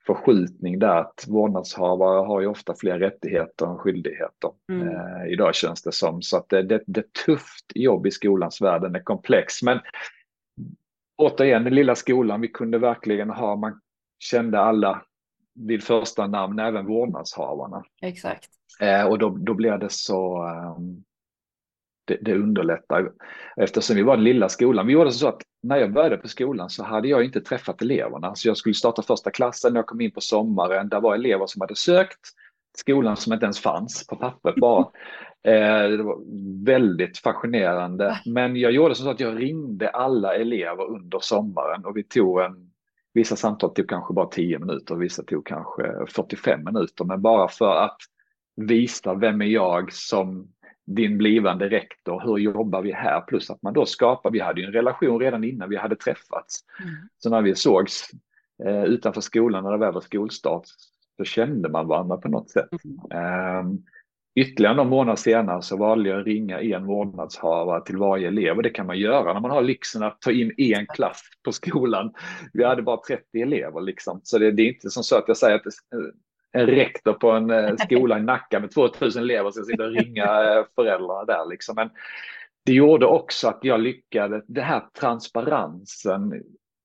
förskjutning där, att vårdnadshavare har ju ofta fler rättigheter än skyldigheter. Idag känns det som. Så att det är tufft jobb i skolans värld, den är komplex. Men återigen, den lilla skolan, vi kunde verkligen man kände alla vid första namn, även vårdnadshavarna. Exakt. Och då blev det så, det underlättar. Eftersom vi var den lilla skolan, vi gjorde så att när jag började på skolan så hade jag inte träffat eleverna. Så jag skulle starta första klassen, när jag kom in på sommaren, där var elever som hade sökt skolan som inte ens fanns på pappret bara. Det var väldigt fascinerande. Men jag gjorde så att jag ringde alla elever under sommaren och vi tog vissa samtal tog kanske bara 10 minuter, vissa tog kanske 45 minuter. Men bara för att visa vem är jag som din blivande rektor, hur jobbar vi här? Plus att man då vi hade ju en relation redan innan vi hade träffats. Så när vi sågs utanför skolan när det var skolstart så kände man varandra på något sätt. Ytterligare någon månad senare så valde jag att ringa en vårdnadshavare till varje elev, och det kan man göra när man har lyxen att ta in en klass på skolan. Vi hade bara 30 elever liksom, så det är inte som så att jag säger att en rektor på en skola i Nacka med 2000 elever ska sitta och ringa föräldrarna där liksom. Men det gjorde också att jag lyckades, det här transparensen,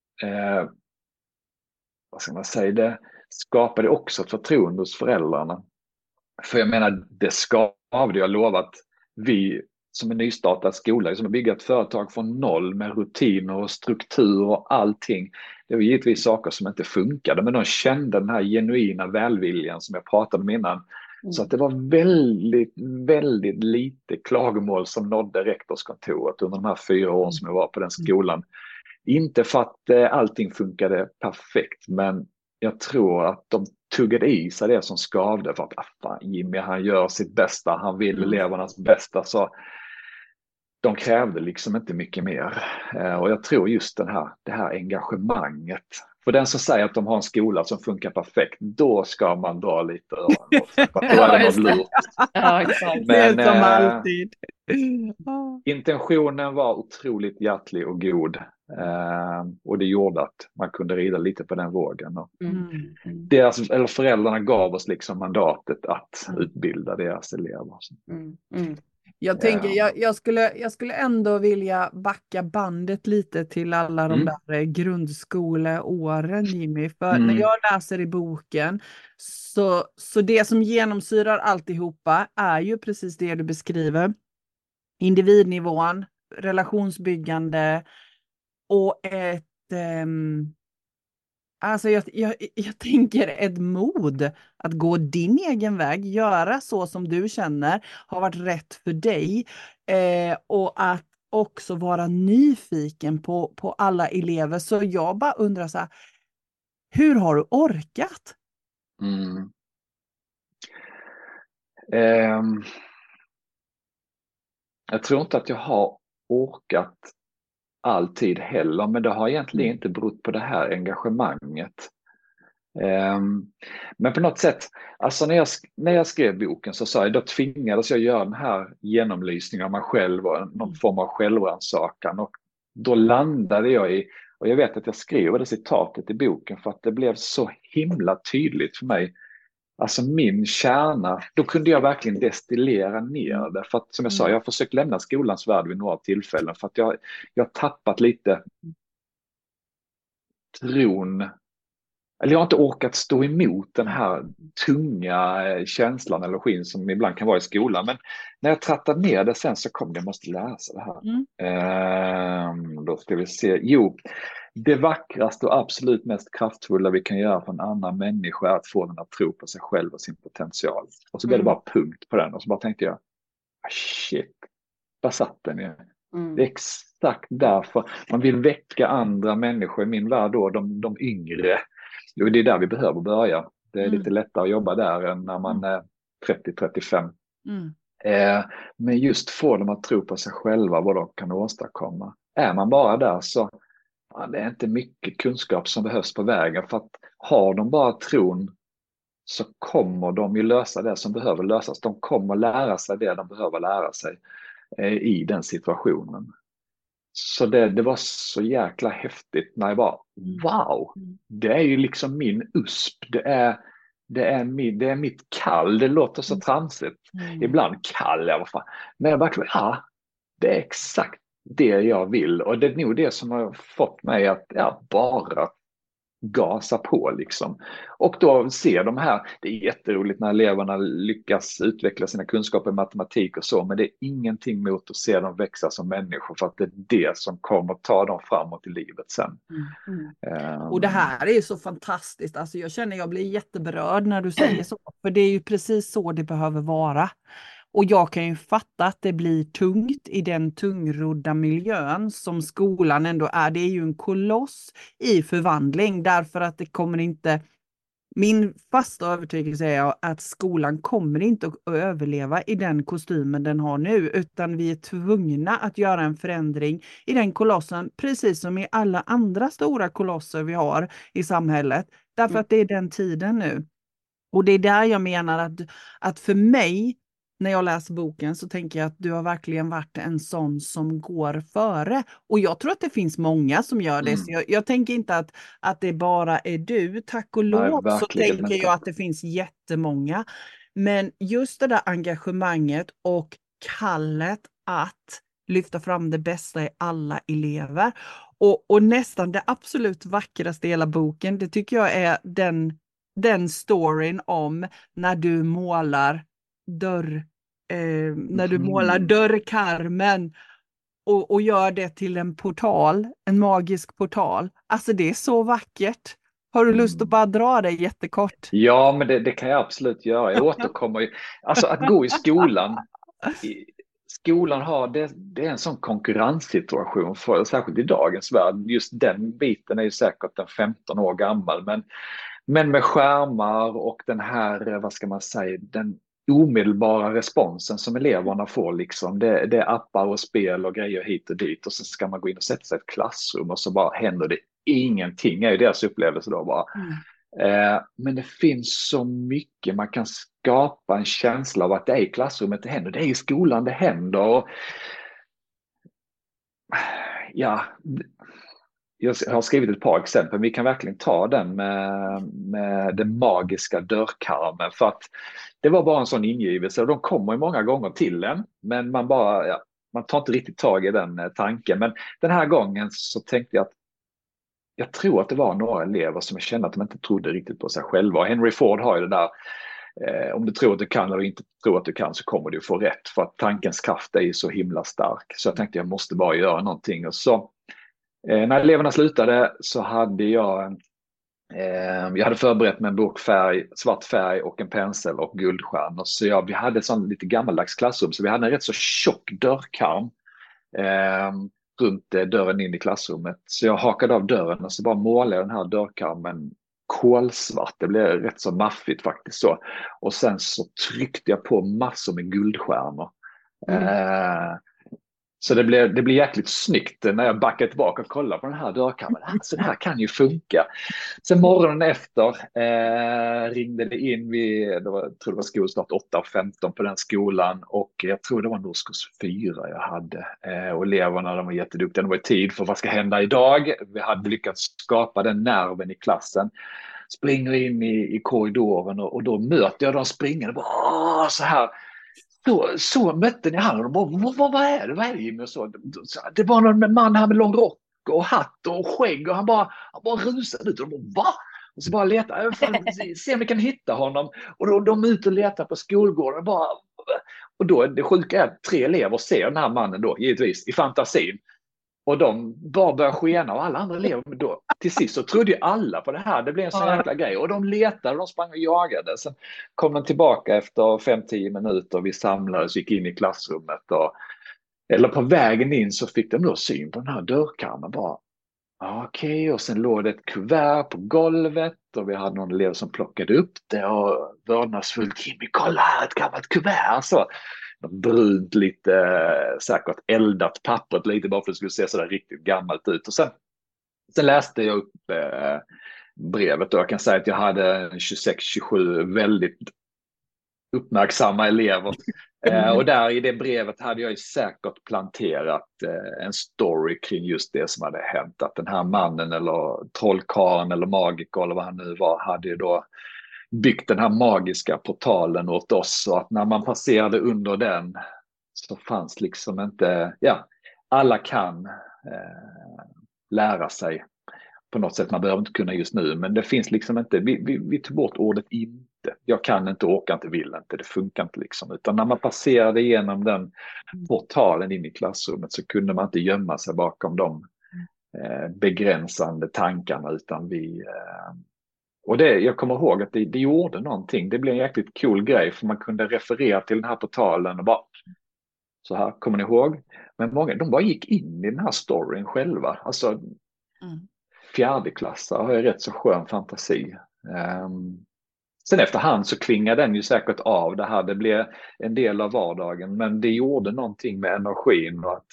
vad ska man säga, det skapade också ett förtroende hos föräldrarna. För jag menar, det skapade, jag lovat, vi som en nystartad skola, som att bygga ett företag från noll med rutiner och struktur och allting. Det var givetvis saker som inte funkade, men de kände den här genuina välviljan som jag pratade om innan. Så att det var väldigt, väldigt lite klagomål som nådde rektorskontoret under de här 4 åren som jag var på den skolan. Inte för att allting funkade perfekt, men jag tror att de tuggade i sig det som skavde, för att Jimmy, han gör sitt bästa, han vill elevernas bästa, så de krävde liksom inte mycket mer. Och jag tror just det här engagemanget, för den som säger att de har en skola som funkar perfekt, då ska man dra lite öron åt sig, för då är det något lurt. Ja, exakt. Men, det är som alltid. Intentionen var otroligt hjärtlig och god. Och det gjorde att man kunde rida lite på den vågen. Föräldrarna gav oss liksom mandatet att utbilda deras elever. Jag tänker, jag skulle ändå vilja backa bandet lite till alla de där grundskoleåren, Jimmy. För när jag läser i boken så det som genomsyrar alltihopa är ju precis det du beskriver. Individnivån, relationsbyggande och alltså jag tänker ett mod att gå din egen väg, göra så som du känner har varit rätt för dig, och att också vara nyfiken på alla elever. Så jag bara undrar så här, hur har du orkat? Jag tror inte att jag har orkat alltid heller, men det har egentligen inte berott på det här engagemanget. Men på något sätt, alltså när jag skrev boken så sa jag, då tvingades jag göra den här genomlysningen av mig själv och någon form av självrannsakan, och då landade jag i, och jag vet att jag skrev det citatet i boken för att det blev så himla tydligt för mig. Alltså min kärna, då kunde jag verkligen destillera ner det. För att som jag sa, jag har försökt lämna skolans värld vid några tillfällen för att jag har tappat lite tron. Eller jag har inte orkat stå emot den här tunga känslan eller energin som ibland kan vara i skolan. Men när jag trattade ner det sen så kom jag måste läsa det här. Då ska vi se. Jo, det vackraste och absolut mest kraftfulla vi kan göra för en annan människa är att få den att tro på sig själv och sin potential. Och så blev det bara punkt på den. Och så bara tänkte jag, shit, där satt den ju. Det är exakt därför man vill väcka andra människor i min värld då, de yngre. Jo, det är där vi behöver börja. Det är lite lättare att jobba där än när man är 30-35. Men just få dem att tro på sig själva, vad de kan åstadkomma. Är man bara där så det är inte mycket kunskap som behövs på vägen. För att har de bara tron så kommer de ju lösa det som behöver lösas. De kommer lära sig det de behöver lära sig i den situationen. Så det var så jäkla häftigt när jag bara, wow, det är ju liksom min USP, det är mitt kall, det låter så tramsigt. Ibland kall i alla fall. Men jag bara tror, ja, det är exakt det jag vill. Och det är nog det som har fått mig att bara gasa på liksom. Och då ser de här, det är jätteroligt när eleverna lyckas utveckla sina kunskaper i matematik och så, men det är ingenting mot att se dem växa som människor, för att det är det som kommer att ta dem framåt i livet sen. Och det här är ju så fantastiskt, alltså jag känner jag blir jätteberörd när du säger så, för det är ju precis så det behöver vara. Och jag kan ju fatta att det blir tungt i den tungrodda miljön som skolan ändå är. Det är ju en koloss i förvandling, därför att det kommer inte... Min fasta övertygelse är att skolan kommer inte att överleva i den kostymen den har nu, utan vi är tvungna att göra en förändring i den kolossen, precis som i alla andra stora kolosser vi har i samhället, därför att det är den tiden nu. Och det är där jag menar att för mig, när jag läser boken, så tänker jag att du har verkligen varit en sån som går före. Och jag tror att det finns många som gör det. Så jag tänker inte att det bara är du. Tack och lov så tänker jag att det finns jättemånga. Men just det där engagemanget och kallet att lyfta fram det bästa i alla elever. Och nästan det absolut vackraste i hela boken, det tycker jag är den storyn om när du målar dörrkarmen och gör det till en portal, en magisk portal. Alltså det är så vackert. Har du lust att bara dra det jättekort? Ja, men det kan jag absolut göra. Jag återkommer ju. Alltså att gå i skolan. Skolan har, det är en sån konkurrenssituation, särskilt i dagens värld. Just den biten är ju säkert en 15 år gammal. Men med skärmar och den här, vad ska man säga, den omedelbara responsen som eleverna får liksom. Det är appar och spel och grejer hit och dit, och så ska man gå in och sätta sig i ett klassrum och så bara händer det ingenting, är ju deras upplevelse då bara. Men det finns så mycket man kan skapa en känsla av att det är i klassrummet det händer, det är i skolan det händer. Och ja, jag har skrivit ett par exempel. Vi kan verkligen ta den med den magiska dörrkarmen, för att det var bara en sån ingivelse, och de kommer ju många gånger till en, men man tar inte riktigt tag i den tanken. Men den här gången så tänkte jag att jag tror att det var några elever som kände att de inte trodde riktigt på sig själva. Och Henry Ford har ju det där, om du tror att du kan eller inte tror att du kan, så kommer du få rätt, för att tankens kraft är ju så himla stark. Så jag tänkte jag måste bara göra någonting. Och så när eleverna slutade så hade jag hade förberett med en bok svart färg och en pensel och guldstjärnor. Så vi hade ett sånt lite gammaldags klassrum, så vi hade en rätt så tjock dörrkarm runt dörren in i klassrummet. Så jag hakade av dörren och så bara målade jag den här dörrkarmen kolsvart. Det blev rätt så maffigt faktiskt så. Och sen så tryckte jag på massor med guldstjärnor. Så det blev jäkligt snyggt när jag backade tillbaka och kollade på den här dörrkarmen. Så det här kan ju funka. Sen morgonen efter ringde det in. Jag tror det var skolstart 8:15 på den skolan. Och jag tror det var en årskurs 4 jag hade. Och eleverna, de var jätteduktiga. De var i tid för vad ska hända idag. Vi hade lyckats skapa den nerven i klassen. Springer in i korridoren och då möter jag dem springande. Så här. Så mötte ni han och de bara, vad är det Jimmy? Och så, det var någon man här med lång rock och hatt och skägg, och han bara rusade ut och de bara, va? Och så bara letade, se om vi kan hitta honom. Och då de ut och letar på skolgården och då det sjuka är att 3 elever ser den här mannen då, givetvis, i fantasin. Och de bara började skena, och alla andra elever, men då till sist så trodde ju alla på det här. Det blev en sån jäkla grej. Och de letade, de sprang och jagade. Sen kom de tillbaka efter 5-10 minuter och vi samlades och gick in i klassrummet. Eller på vägen in så fick de då syn på den här dörrkarmen. Bara, okej. Och sen låg det ett kuvert på golvet och vi hade någon elev som plockade upp det och vördnadsfullt, Jimmy, kolla här, ett gammalt kuvert. Så brunt, lite säkert eldat pappret lite, bara för att det skulle se sådär riktigt gammalt ut. Och sen läste jag upp brevet, och jag kan säga att jag hade 26-27 väldigt uppmärksamma elever. Och där i det brevet hade jag ju säkert planterat en story kring just det som hade hänt. Att den här mannen eller trollkarlen eller magiker eller vad han nu var hade ju då byggt den här magiska portalen åt oss. Och att när man passerade under den så fanns liksom inte, ja, alla kan lära sig på något sätt. Man behöver inte kunna just nu, men det finns liksom inte, vi tog bort ordet inte. Jag kan inte, åka inte, vill inte, det funkar inte liksom. Utan när man passerade igenom den portalen in i klassrummet så kunde man inte gömma sig bakom de begränsande tankarna, utan och jag kommer ihåg att det gjorde någonting. Det blev en jäkligt cool grej, för man kunde referera till den här portalen och bara, så här, kommer ni ihåg? Men många, de bara gick in i den här storyn själva. Alltså, fjärdeklassare har ju rätt så skön fantasi. Sen efterhand så klingade den ju säkert av det här. Det blev en del av vardagen, men det gjorde någonting med energin. Och att,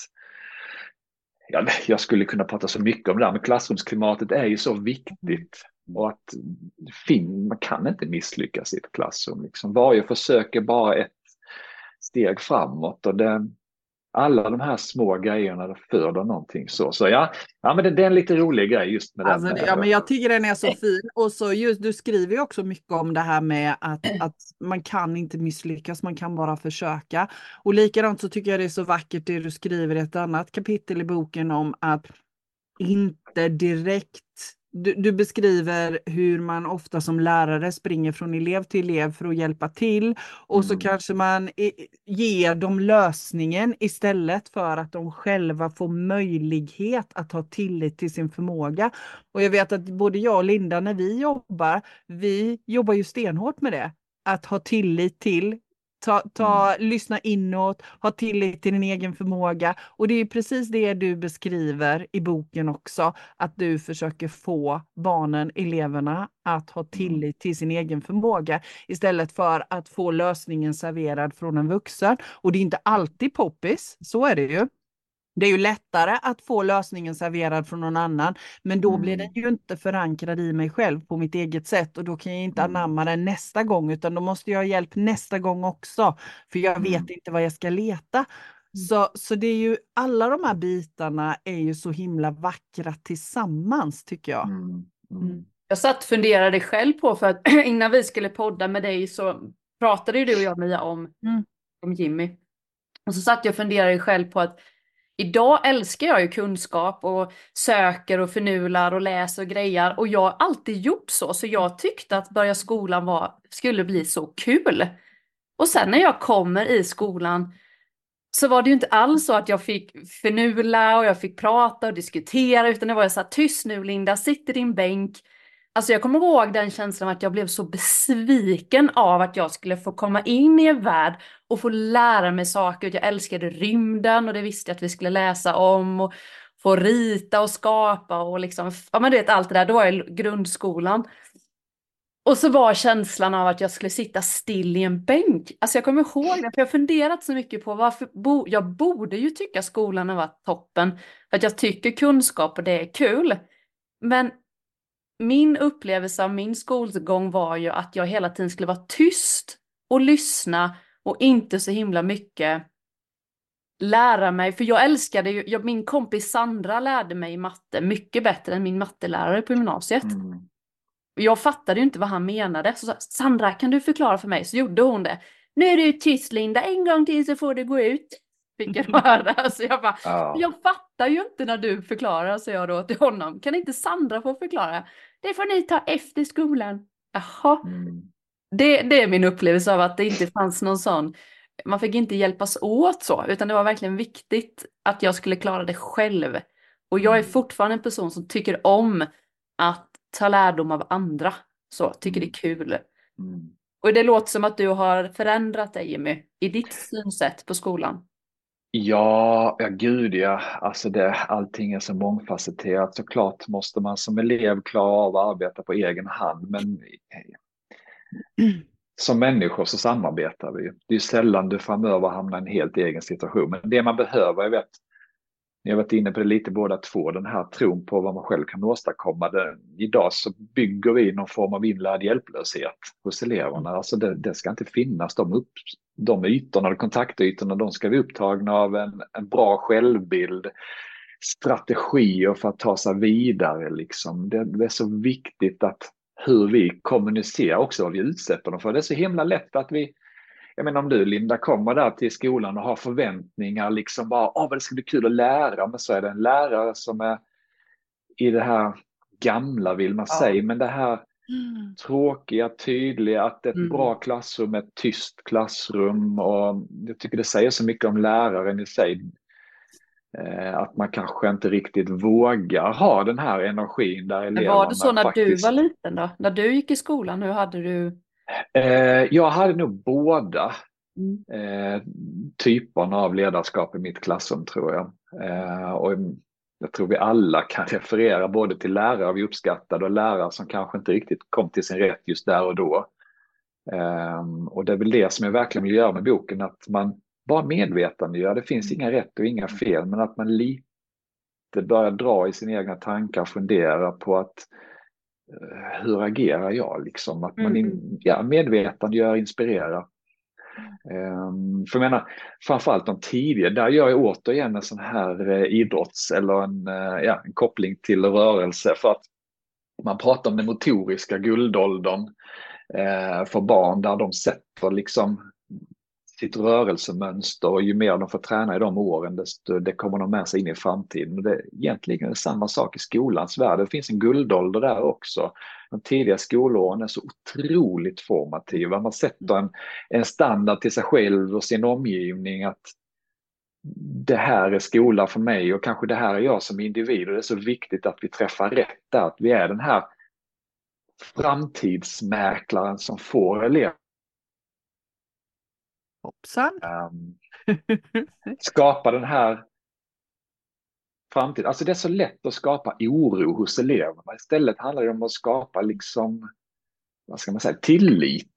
ja, jag skulle kunna prata så mycket om det här, men klassrumsklimatet är ju så viktigt. Och att man kan inte misslyckas i ett klassrum. Liksom. Varje försök är bara ett steg framåt. Och alla de här små grejerna föder någonting så. Så ja, men det är en lite rolig grej just med alltså, den. Ja, men jag tycker den är så fin. Och så just, du skriver ju också mycket om det här med att man kan inte misslyckas, man kan bara försöka. Och likadant så tycker jag det är så vackert det du skriver i ett annat kapitel i boken om att inte direkt. Du beskriver hur man ofta som lärare springer från elev till elev för att hjälpa till. Och så kanske man ger dem lösningen istället för att de själva får möjlighet att ha tillit till sin förmåga. Och jag vet att både jag och Linda när vi jobbar ju stenhårt med det. Att ha tillit till. Lyssna inåt, ha tillit till din egen förmåga. Och det är precis det du beskriver i boken också. Att du försöker få barnen, eleverna att ha tillit till sin egen förmåga. Istället för att få lösningen serverad från en vuxen. Och det är inte alltid poppis, så är det ju. Det är ju lättare att få lösningen serverad från någon annan. Men då blir den ju inte förankrad i mig själv på mitt eget sätt. Och då kan jag inte anamma den nästa gång. Utan då måste jag ha hjälp nästa gång också. För jag vet inte vad jag ska leta. Så det är ju, alla de här bitarna är ju så himla vackra tillsammans tycker jag. Jag satt och funderade själv på, för att innan vi skulle podda med dig så pratade ju du och jag, Mia, om Jimmy. Och så satt jag och funderade själv på att idag älskar jag ju kunskap och söker och förnular och läser och grejer. Och jag har alltid gjort så jag tyckte att börja skolan skulle bli så kul. Och sen när jag kommer i skolan så var det ju inte alls så att jag fick förnula och jag fick prata och diskutera, utan det var så här, tyst nu Linda, sitt i din bänk. Alltså jag kommer ihåg den känslan av att jag blev så besviken av att jag skulle få komma in i en värld och få lära mig saker. Jag älskade rymden och det visste jag att vi skulle läsa om och få rita och skapa och liksom, ja men du vet allt det där, då var jag i grundskolan. Och så var känslan av att jag skulle sitta still i en bänk. Alltså jag kommer ihåg det, för jag har funderat så mycket på varför jag borde ju tycka skolan har varit toppen. För att jag tycker kunskap och det är kul. Men min upplevelse av min skolgång var ju att jag hela tiden skulle vara tyst och lyssna och inte så himla mycket lära mig. För jag älskade ju, min kompis Sandra lärde mig matte mycket bättre än min mattelärare på gymnasiet. Jag fattade ju inte vad han menade. Så Sandra, kan du förklara för mig? Så gjorde hon det. Nu är du tyst Linda, en gång till så får du gå ut. Fick jag höra. Så jag bara, jag fattar ju inte när du förklarar, så jag då till honom. Kan inte Sandra få förklara? Det får ni ta efter skolan. Jaha. Det är min upplevelse av att det inte fanns någon sån. Man fick inte hjälpas åt så. Utan det var verkligen viktigt att jag skulle klara det själv. Och jag är fortfarande en person som tycker om att ta lärdom av andra. Så, tycker det är kul. Och det låter som att du har förändrat dig, Jimmy, i ditt synsätt på skolan. Ja, gud ja. Alltså allting är så mångfacetterat. Såklart måste man som elev klara av att arbeta på egen hand. Men som människor så samarbetar vi. Det är sällan du framöver hamnar i en helt egen situation. Men det man behöver, jag vet, ni har varit inne på det lite båda två, den här tron på vad man själv kan åstadkomma. Idag så bygger vi någon form av inlärd hjälplöshet hos eleverna. Alltså det ska inte finnas. De ytorna, kontaktytorna, de ska vara upptagna av en bra självbild, strategier för att ta sig vidare. Liksom. Det är så viktigt att hur vi kommunicerar också, vad vi utsätter dem för. Det är så himla lätt att jag menar om du, Linda, kommer där till skolan och har förväntningar, liksom bara, det ska bli kul att lära, men så är det en lärare som är i det här gamla, vill man säga, men det här tråkiga, tydliga, att ett bra klassrum är ett tyst klassrum, och jag tycker det säger så mycket om läraren i sig, att man kanske inte riktigt vågar ha den här energin där eleverna var det så när faktiskt... du var liten då? När du gick i skolan, hur hade du? Jag hade nog båda typerna av ledarskap i mitt klassrum, tror jag. Och jag tror vi alla kan referera både till lärare vi uppskattade och lärare som kanske inte riktigt kom till sin rätt just där och då. Och det är väl det som jag verkligen vill göra med boken, att man bara medvetandegör. Det finns inga rätt och inga fel, men att man lite börjar dra i sina egna tankar och fundera på att hur agerar jag? Liksom? Att man medvetandegör, inspirerar. För jag menar, framförallt de tidiga, där gör jag återigen en sån här idrotts eller en koppling till rörelse, för att man pratar om den motoriska guldåldern för barn, där de sätter liksom sitt rörelsemönster, och ju mer de får träna i de åren, desto det kommer de med sig in i framtiden. Och det är egentligen samma sak i skolans värld. Det finns en guldålder där också. De tidiga skolåren är så otroligt formativa. Man sätter en standard till sig själv och sin omgivning, att det här är skola för mig och kanske det här är jag som individ, och det är så viktigt att vi träffar rätt där, att vi är den här framtidsmäklaren som får elever. Hoppsan. Skapa den här framtiden. Alltså det är så lätt att skapa oro hos eleverna. Istället handlar det om att skapa liksom, vad ska man säga, tillit.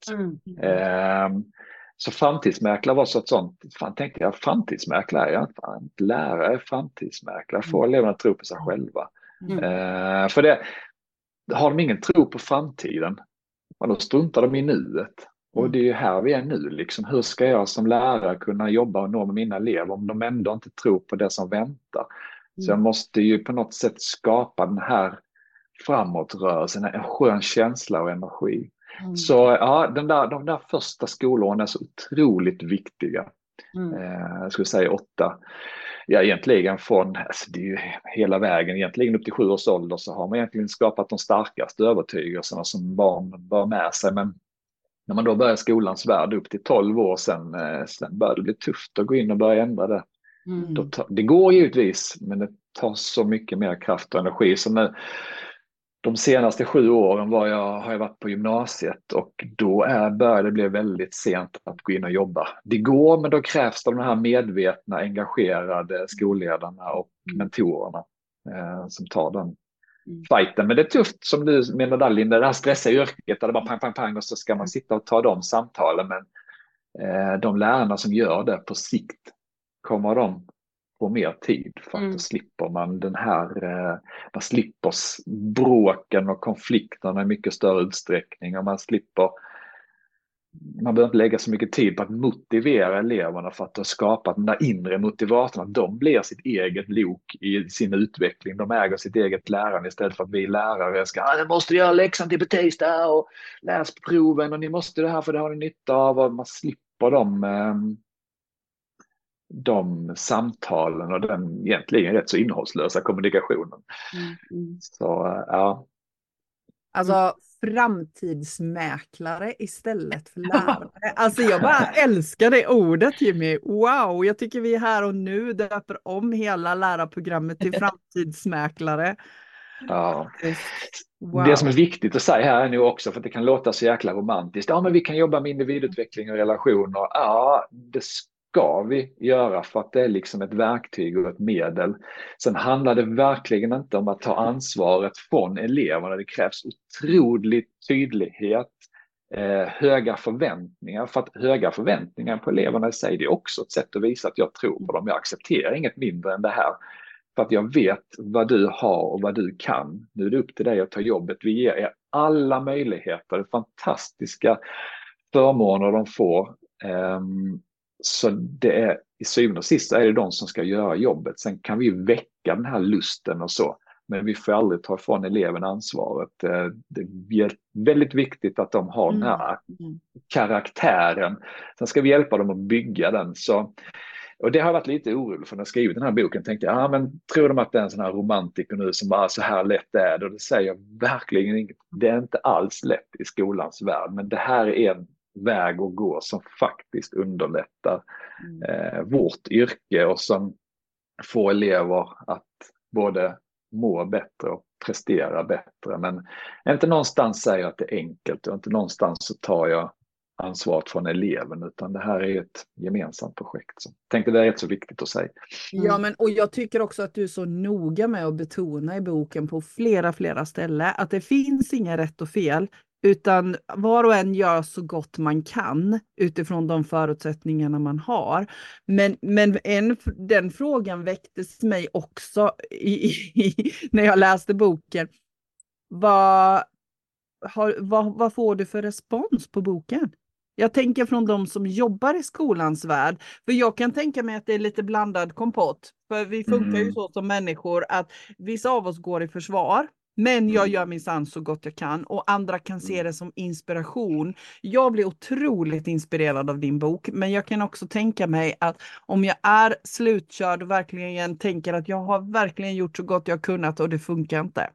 Så framtidsmäklare var så ett sånt. Fan, tänkte jag, framtidsmäklare är jag inte. Lärare är framtidsmäklare. Får eleverna att tro på sig själva. För det, har de ingen tro på framtiden, då struntar de i nuet. Och det är ju här vi är nu. Liksom. Hur ska jag som lärare kunna jobba och nå med mina elever om de ändå inte tror på det som väntar? Så jag måste ju på något sätt skapa den här framåtrörelsen, en skön känsla och energi. Så ja, de där första skolåren är så otroligt viktiga. Jag skulle säga 8. Ja, egentligen från, alltså det är ju hela vägen, egentligen upp till 7 års ålder så har man egentligen skapat de starkaste övertygelserna som barn bör med sig. Men när man då börjar skolans värld upp till 12 år sen börjar det bli tufft att gå in och börja ändra det. Det går givetvis, men det tar så mycket mer kraft och energi. Så nu, de senaste 7 åren har jag varit på gymnasiet, och då börjar det bli väldigt sent att gå in och jobba. Det går, men då krävs det de här medvetna, engagerade skolledarna och mentorerna som tar den fighten. Men det är tufft, som du menar där, Linda, det här stressiga yrket där det bara pang, pang, pang, och så ska man sitta och ta de samtalen. Men de lärarna som gör det på sikt, kommer de få mer tid, för att då slipper man den här, man slipper bråken och konflikterna i mycket större utsträckning, och man behöver inte lägga så mycket tid på att motivera eleverna, för att skapa den där inre motivatorn, att de blir sitt eget lok i sin utveckling. De äger sitt eget lärande, istället för att vi lärare ska, ni måste göra läxan till på tisdag och läs på proven, och ni måste det här för det har ni nytta av, och man slipper de samtalen och den egentligen rätt så innehållslösa kommunikationen. Så ja. Alltså framtidsmäklare istället för lärare. Alltså jag bara älskar det ordet, Jimmy. Wow, jag tycker vi här och nu döper om hela lärarprogrammet till framtidsmäklare. Ja. Wow. Det som är viktigt att säga här är nu också, för att det kan låta så jäkla romantiskt. Ja, men vi kan jobba med individutveckling och relationer. Ja, det ska vi göra, för att det är liksom ett verktyg och ett medel. Sen handlar det verkligen inte om att ta ansvaret från eleverna. Det krävs otrolig tydlighet, höga förväntningar. För att höga förväntningar på eleverna i sig, det är också ett sätt att visa att jag tror på dem. Jag accepterar inget mindre än det här. för att jag vet vad du har och vad du kan. Nu är det upp till dig att ta jobbet. Vi ger er alla möjligheter, fantastiska förmåner de får. Så det är i syvende och sist är det de som ska göra jobbet. Sen kan vi väcka den här lusten och så. Men vi får aldrig ta ifrån eleven ansvaret. Det är väldigt viktigt att de har den här karaktären. Sen ska vi hjälpa dem att bygga den. Så, och det har varit lite orolig för när jag skrivit den här boken. Tänkte jag, men tror de att det är en sån här romantiker nu som bara så här lätt är det? Och det säger jag verkligen inget. Det är inte alls lätt i skolans värld. Men det här är en väg att gå som faktiskt underlättar vårt yrke och som får elever att både må bättre och prestera bättre. Men inte någonstans säger jag att det är enkelt och inte någonstans så tar jag ansvaret från eleven, utan det här är ett gemensamt projekt. Så jag tänkte det är rätt så viktigt att säga. Ja, men och jag tycker också att du är så noga med att betona i boken på flera ställen att det finns inga rätt och fel, utan var och en gör så gott man kan utifrån de förutsättningarna man har. Men den frågan väcktes mig också när jag läste boken. Vad får du för respons på boken? Jag tänker från de som jobbar i skolans värld. För jag kan tänka mig att det är lite blandad kompott. För vi funkar ju så som människor att vissa av oss går i försvar. Men jag gör minsann så gott jag kan. Och andra kan se det som inspiration. Jag blir otroligt inspirerad av din bok. Men jag kan också tänka mig att om jag är slutkörd och verkligen tänker att jag har verkligen gjort så gott jag kunnat och det funkar inte.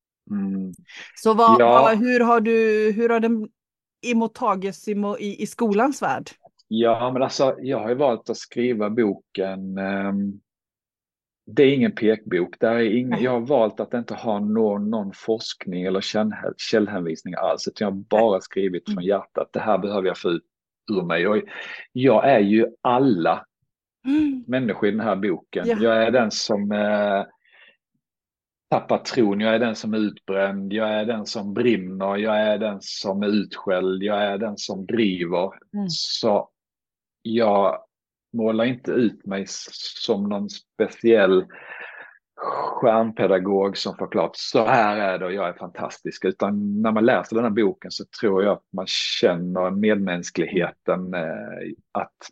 Så hur har den emottagits i skolans värld? Ja, men alltså jag har ju valt att skriva boken. Det är ingen pekbok. Jag har valt att inte ha någon forskning eller källhänvisning alls. Utan jag har bara skrivit från hjärtat. Det här behöver jag få ut ur mig. Och jag är ju alla människor i den här boken. Yeah. Jag är den som tappar tron, jag är den som är utbränd, jag är den som brinner, jag är den som är utskälld, jag är den som driver. Så jag målar inte ut mig som någon speciell stjärnpedagog som förklarat så här är det och jag är fantastisk. Utan när man läser den här boken så tror jag att man känner medmänskligheten, att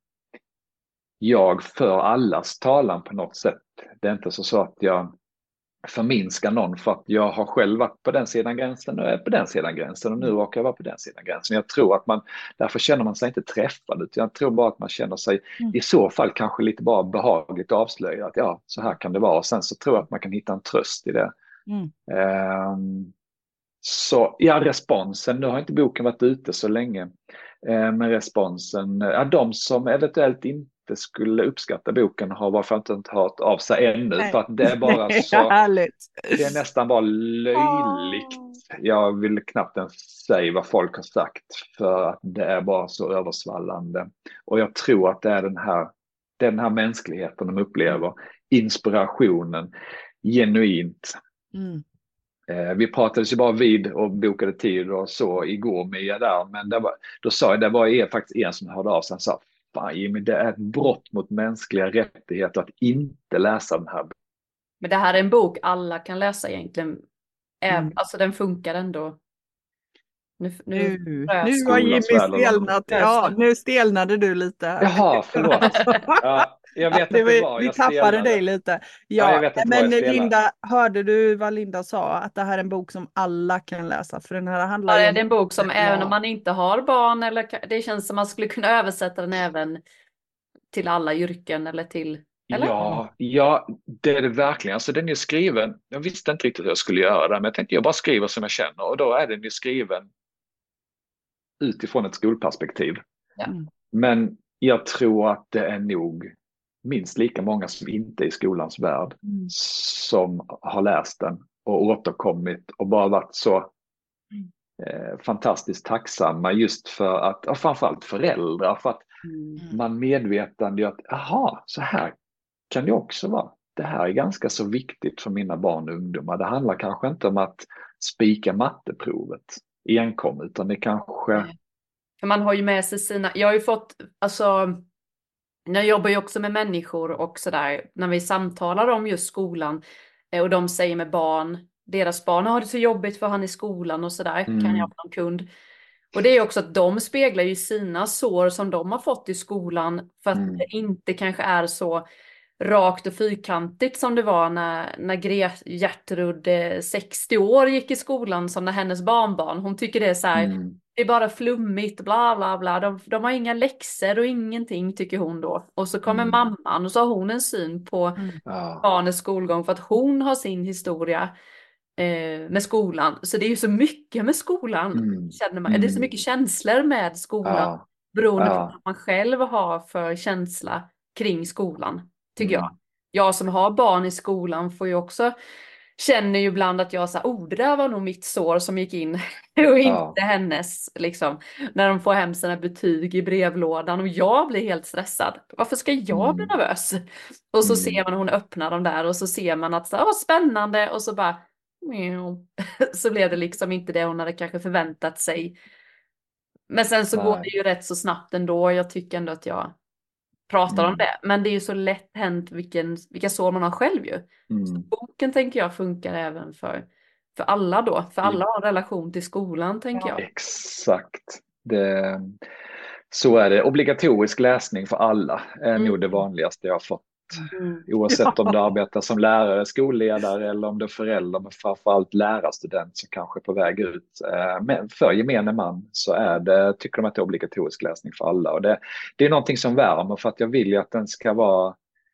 jag för allas talan på något sätt. Det är inte så att jag förminska någon för att jag har själv varit på den sidan gränsen och är på den sidan gränsen och nu råkar jag vara på den sidan gränsen. Jag tror att därför känner man sig inte träffad, utan jag tror bara att man känner sig i så fall kanske lite bara behagligt avslöjad att ja, så här kan det vara. Och sen så tror jag att man kan hitta en tröst i det. Så ja, responsen, nu har inte boken varit ute så länge, men responsen, de som eventuellt inte skulle uppskatta boken har varför inte hört av sig ännu. Nej. För att det är bara så det är nästan bara löjligt. Jag vill knappt ens säga vad folk har sagt för att det är bara så översvallande. Och jag tror att det är den här mänskligheten de upplever, inspirationen genuint. Vi pratades ju bara vid och bokade tid och så igår med er där, men då sa jag, det var faktiskt en som hörde av sig och sa, fan Jimmy, det är ett brott mot mänskliga rättigheter att inte läsa den här. Men det här är en bok alla kan läsa egentligen. Alltså den funkar ändå. Nu har Jimmy stelnat. Ja, nu stelnade du lite. Jaha, förlåt. Ja, jag vet inte vad vi jag tappade stelnade. Dig lite. Ja, jag vet inte men Linda, hörde du vad Linda sa? Att det här är en bok som alla kan läsa. För den här handlar det är en bok som även om man inte har barn, eller det känns som man skulle kunna översätta den även till alla yrken eller till... Eller? Ja, det är det verkligen. Alltså den är skriven, jag visste inte riktigt hur jag skulle göra det, men jag tänkte jag bara skriver som jag känner och då är den ju skriven utifrån ett skolperspektiv. Ja. Men jag tror att det är nog minst lika många som inte är i skolans värld som har läst den och återkommit och bara varit så fantastiskt tacksamma just för att, och framförallt föräldrar, för att man medvetandegör att aha, så här kan det också vara. Det här är ganska så viktigt för mina barn och ungdomar. Det handlar kanske inte om att spika matteprovet enkom, utan det kanske... För man har ju med sig sina... Jag har ju fått, alltså... Jag jobbar ju också med människor och sådär, när vi samtalar om just skolan och de säger med barn, deras barn har det så jobbigt för han i skolan och sådär, kan jag vara en kund. Och det är också att de speglar ju sina sår som de har fått i skolan, för att det inte kanske är så rakt och fyrkantigt som det var när Gertrud 60 år gick i skolan, som när hennes barnbarn, hon tycker det är så här, det är bara flummigt, bla bla bla, de har inga läxor och ingenting, tycker hon då. Och så kommer mamman och så har hon en syn på barnets skolgång, för att hon har sin historia med skolan. Så det är ju så mycket med skolan, känner man. Det är så mycket känslor med skolan, beroende på vad man själv har för känsla kring skolan, tycker jag. Jag som har barn i skolan får ju också, känner ju ibland att jag sa, det där var nog mitt sår som gick in och inte hennes, liksom. När de får hem sina betyg i brevlådan och jag blir helt stressad. Varför ska jag bli nervös? Och så ser man hon öppnar dem där och så ser man att spännande, och så bara så blev det liksom inte det hon hade kanske förväntat sig. Men sen så går det ju rätt så snabbt ändå. Jag tycker ändå att jag pratar om det. Men det är ju så lätt hänt vilka sår man har själv ju. Så boken tänker jag funkar även för alla då. För alla har en relation till skolan, tänker jag. Exakt. Så är det. Obligatorisk läsning för alla är nog det vanligaste jag har fått. Oavsett om du arbetar som lärare, skolledare eller om du är förälder, men framförallt lärarstudent som kanske är på väg ut. Men för gemene man så tycker de att det är obligatorisk läsning för alla. Och det är någonting som värmer, för att jag vill ju att den ska vara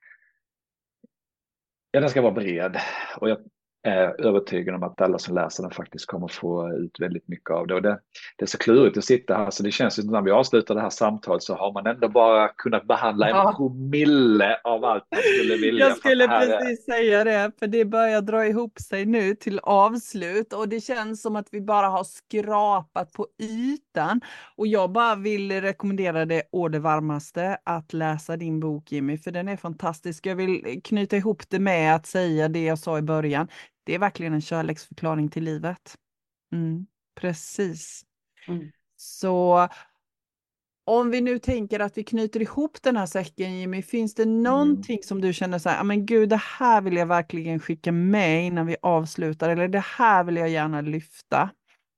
bred. Och jag är övertygad om att alla som läser den faktiskt kommer få ut väldigt mycket av det. Och det är så klurigt att sitta här, så det känns ju som när vi avslutar det här samtalet så har man ändå bara kunnat behandla en promille av allt man skulle vilja. Jag skulle precis säga det, för det börjar dra ihop sig nu till avslut och det känns som att vi bara har skrapat på ytan. Och jag bara vill rekommendera det å det varmaste att läsa din bok, Jimmy, för den är fantastisk. Jag vill knyta ihop det med att säga det jag sa i början. Det är verkligen en kärleksförklaring till livet. Precis. Så om vi nu tänker att vi knyter ihop den här säcken, Jimmy, finns det någonting som du känner så här, men gud, det här vill jag verkligen skicka med innan vi avslutar, eller det här vill jag gärna lyfta?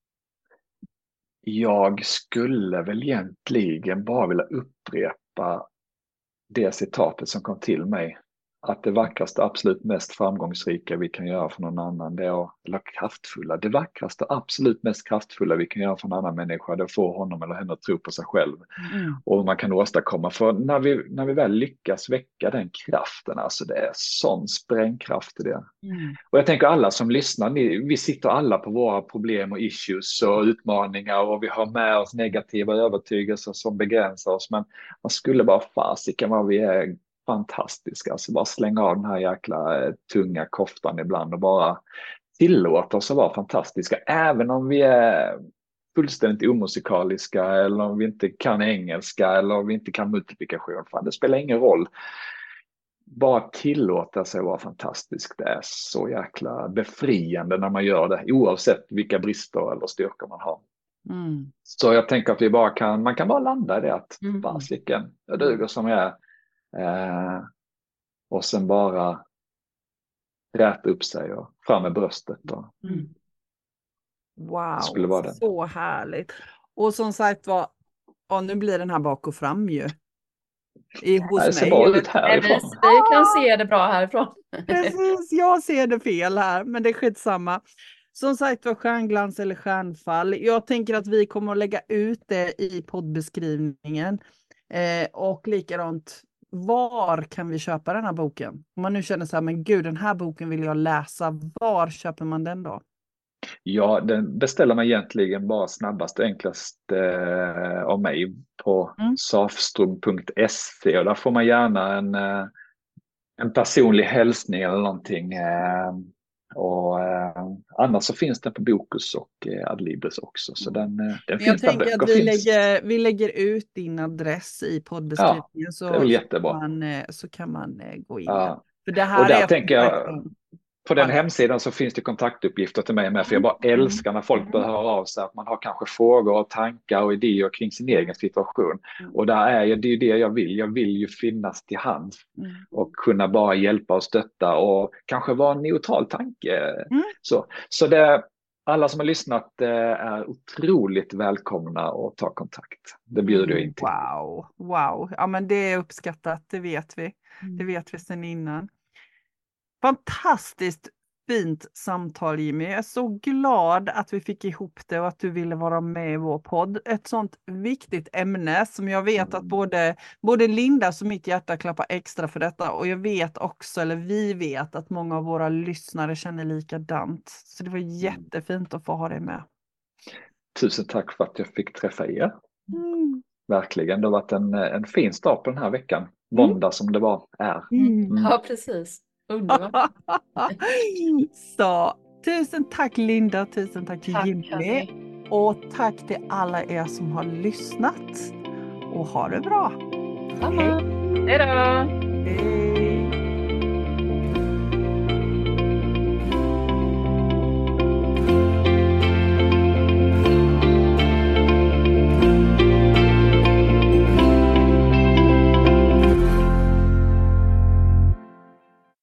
Jag skulle väl egentligen bara vilja upprepa det citatet som kom till mig. Att det vackraste, absolut mest framgångsrika vi kan göra för någon annan, det vackraste, absolut mest kraftfulla vi kan göra för en annan människa, det får honom eller henne att tro på sig själv. Och man kan åstadkomma, för när vi väl lyckas väcka den kraften, alltså det är sån sprängkraft i det. Och jag tänker alla som lyssnar, vi sitter alla på våra problem och issues och utmaningar, och vi har med oss negativa övertygelser som begränsar oss, men man skulle bara fasiken vad vi är fantastiska, alltså bara slänga av den här jäkla tunga koftan ibland och bara tillåta oss att vara fantastiska, även om vi är fullständigt omusikaliska, eller om vi inte kan engelska, eller om vi inte kan multiplikation. Fan, det spelar ingen roll. Bara tillåta sig att vara fantastisk. Det är så jäkla befriande när man gör det, oavsett vilka brister eller styrkor man har. Så jag tänker att man kan bara landa i det, att fasiken, jag duger som jag är. Och sen bara räta upp sig och fram med bröstet. Wow, skulle vara det. Så härligt. Och som sagt nu blir den här bak och fram ju. Hos det ser mig. bra ut härifrån. Vi kan se det bra härifrån. Precis, jag ser det fel här, men det är skitsamma. Som sagt var, stjärnglans eller stjärnfall. Jag tänker att vi kommer att lägga ut det i poddbeskrivningen. Och likadant, var kan vi köpa den här boken? Om man nu känner så här, men gud, den här boken vill jag läsa. Var köper man den då? Ja, den beställer man egentligen bara snabbast och enklast av mig på safström.se, och där får man gärna en personlig hälsning eller någonting. Och annars så finns den på Bokus och Adlibris också, så den finns. Jag tänker att vi lägger ut din adress i poddbeskrivningen, det är väl jättebra. så kan man gå in. Ja. För det här och där tänker jag, På den hemsidan så finns det kontaktuppgifter till mig med, för jag bara älskar när folk börjar höra av sig, att man har kanske frågor och tankar och idéer kring sin egen situation. Och där är det är det jag vill. Jag vill ju finnas till hands och kunna bara hjälpa och stötta och kanske vara en neutral tanke. Så det, alla som har lyssnat är otroligt välkomna att ta kontakt. Det bjuder jag in till. Wow. Ja, men det är uppskattat, det vet vi. Det vet vi sedan innan. Fantastiskt fint samtal, Jimmy. Jag är så glad att vi fick ihop det och att du ville vara med i vår podd. Ett sånt viktigt ämne som jag vet att både Lindas och mitt hjärta klappar extra för detta. Och jag vet också, eller vi vet, att många av våra lyssnare känner likadant. Så det var jättefint att få ha dig med. Tusen tack för att jag fick träffa er. Verkligen, det har varit en fin start på den här veckan. Måndag som det är. Ja, precis. Underbart. Så, tusen tack Linda, tusen tack Jimmy. Och tack till alla er som har lyssnat. Och ha det bra. Hej då. Hej.